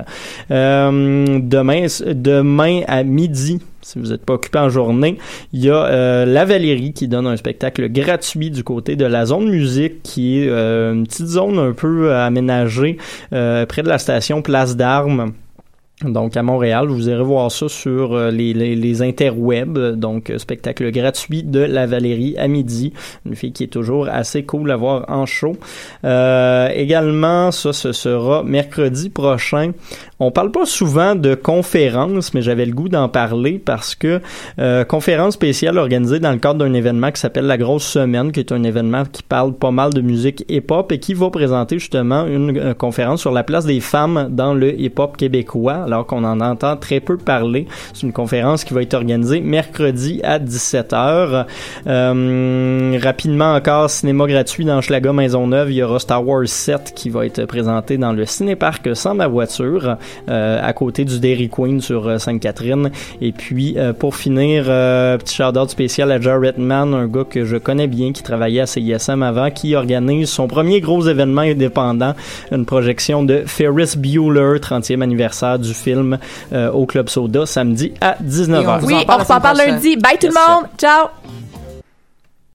Euh, demain, demain à midi, si vous n'êtes pas occupé en journée, il y a euh, La Valérie qui donne un spectacle gratuit du côté de la zone musique qui est euh, une petite zone un peu aménagée euh, près de la station Place d'Armes. Donc à Montréal, vous irez voir ça sur euh, les, les, les interwebs. Donc euh, spectacle gratuit de La Valérie à midi. Une fille qui est toujours assez cool à voir en show. Euh, également, ça, ce sera mercredi prochain. On parle pas souvent de conférences, mais j'avais le goût d'en parler parce que euh, conférence spéciale organisée dans le cadre d'un événement qui s'appelle La Grosse Semaine, qui est un événement qui parle pas mal de musique hip-hop et qui va présenter justement une, une conférence sur la place des femmes dans le hip-hop québécois, alors qu'on en entend très peu parler. C'est une conférence qui va être organisée mercredi à dix-sept heures. Euh, rapidement encore, cinéma gratuit dans Hochelaga Maisonneuve, il y aura Star Wars sept qui va être présenté dans le cinéparc Sans ma voiture. Euh, à côté du Dairy Queen sur euh, Sainte-Catherine. Et puis, euh, pour finir, euh, petit shout-out spécial à Jared Mann, un gars que je connais bien, qui travaillait à C I S M avant, qui organise son premier gros événement indépendant, une projection de Ferris Bueller, trentième anniversaire du film euh, au Club Soda, samedi à dix-neuf heures. Oui, on s'en parle lundi. Bye tout le monde. Ciao.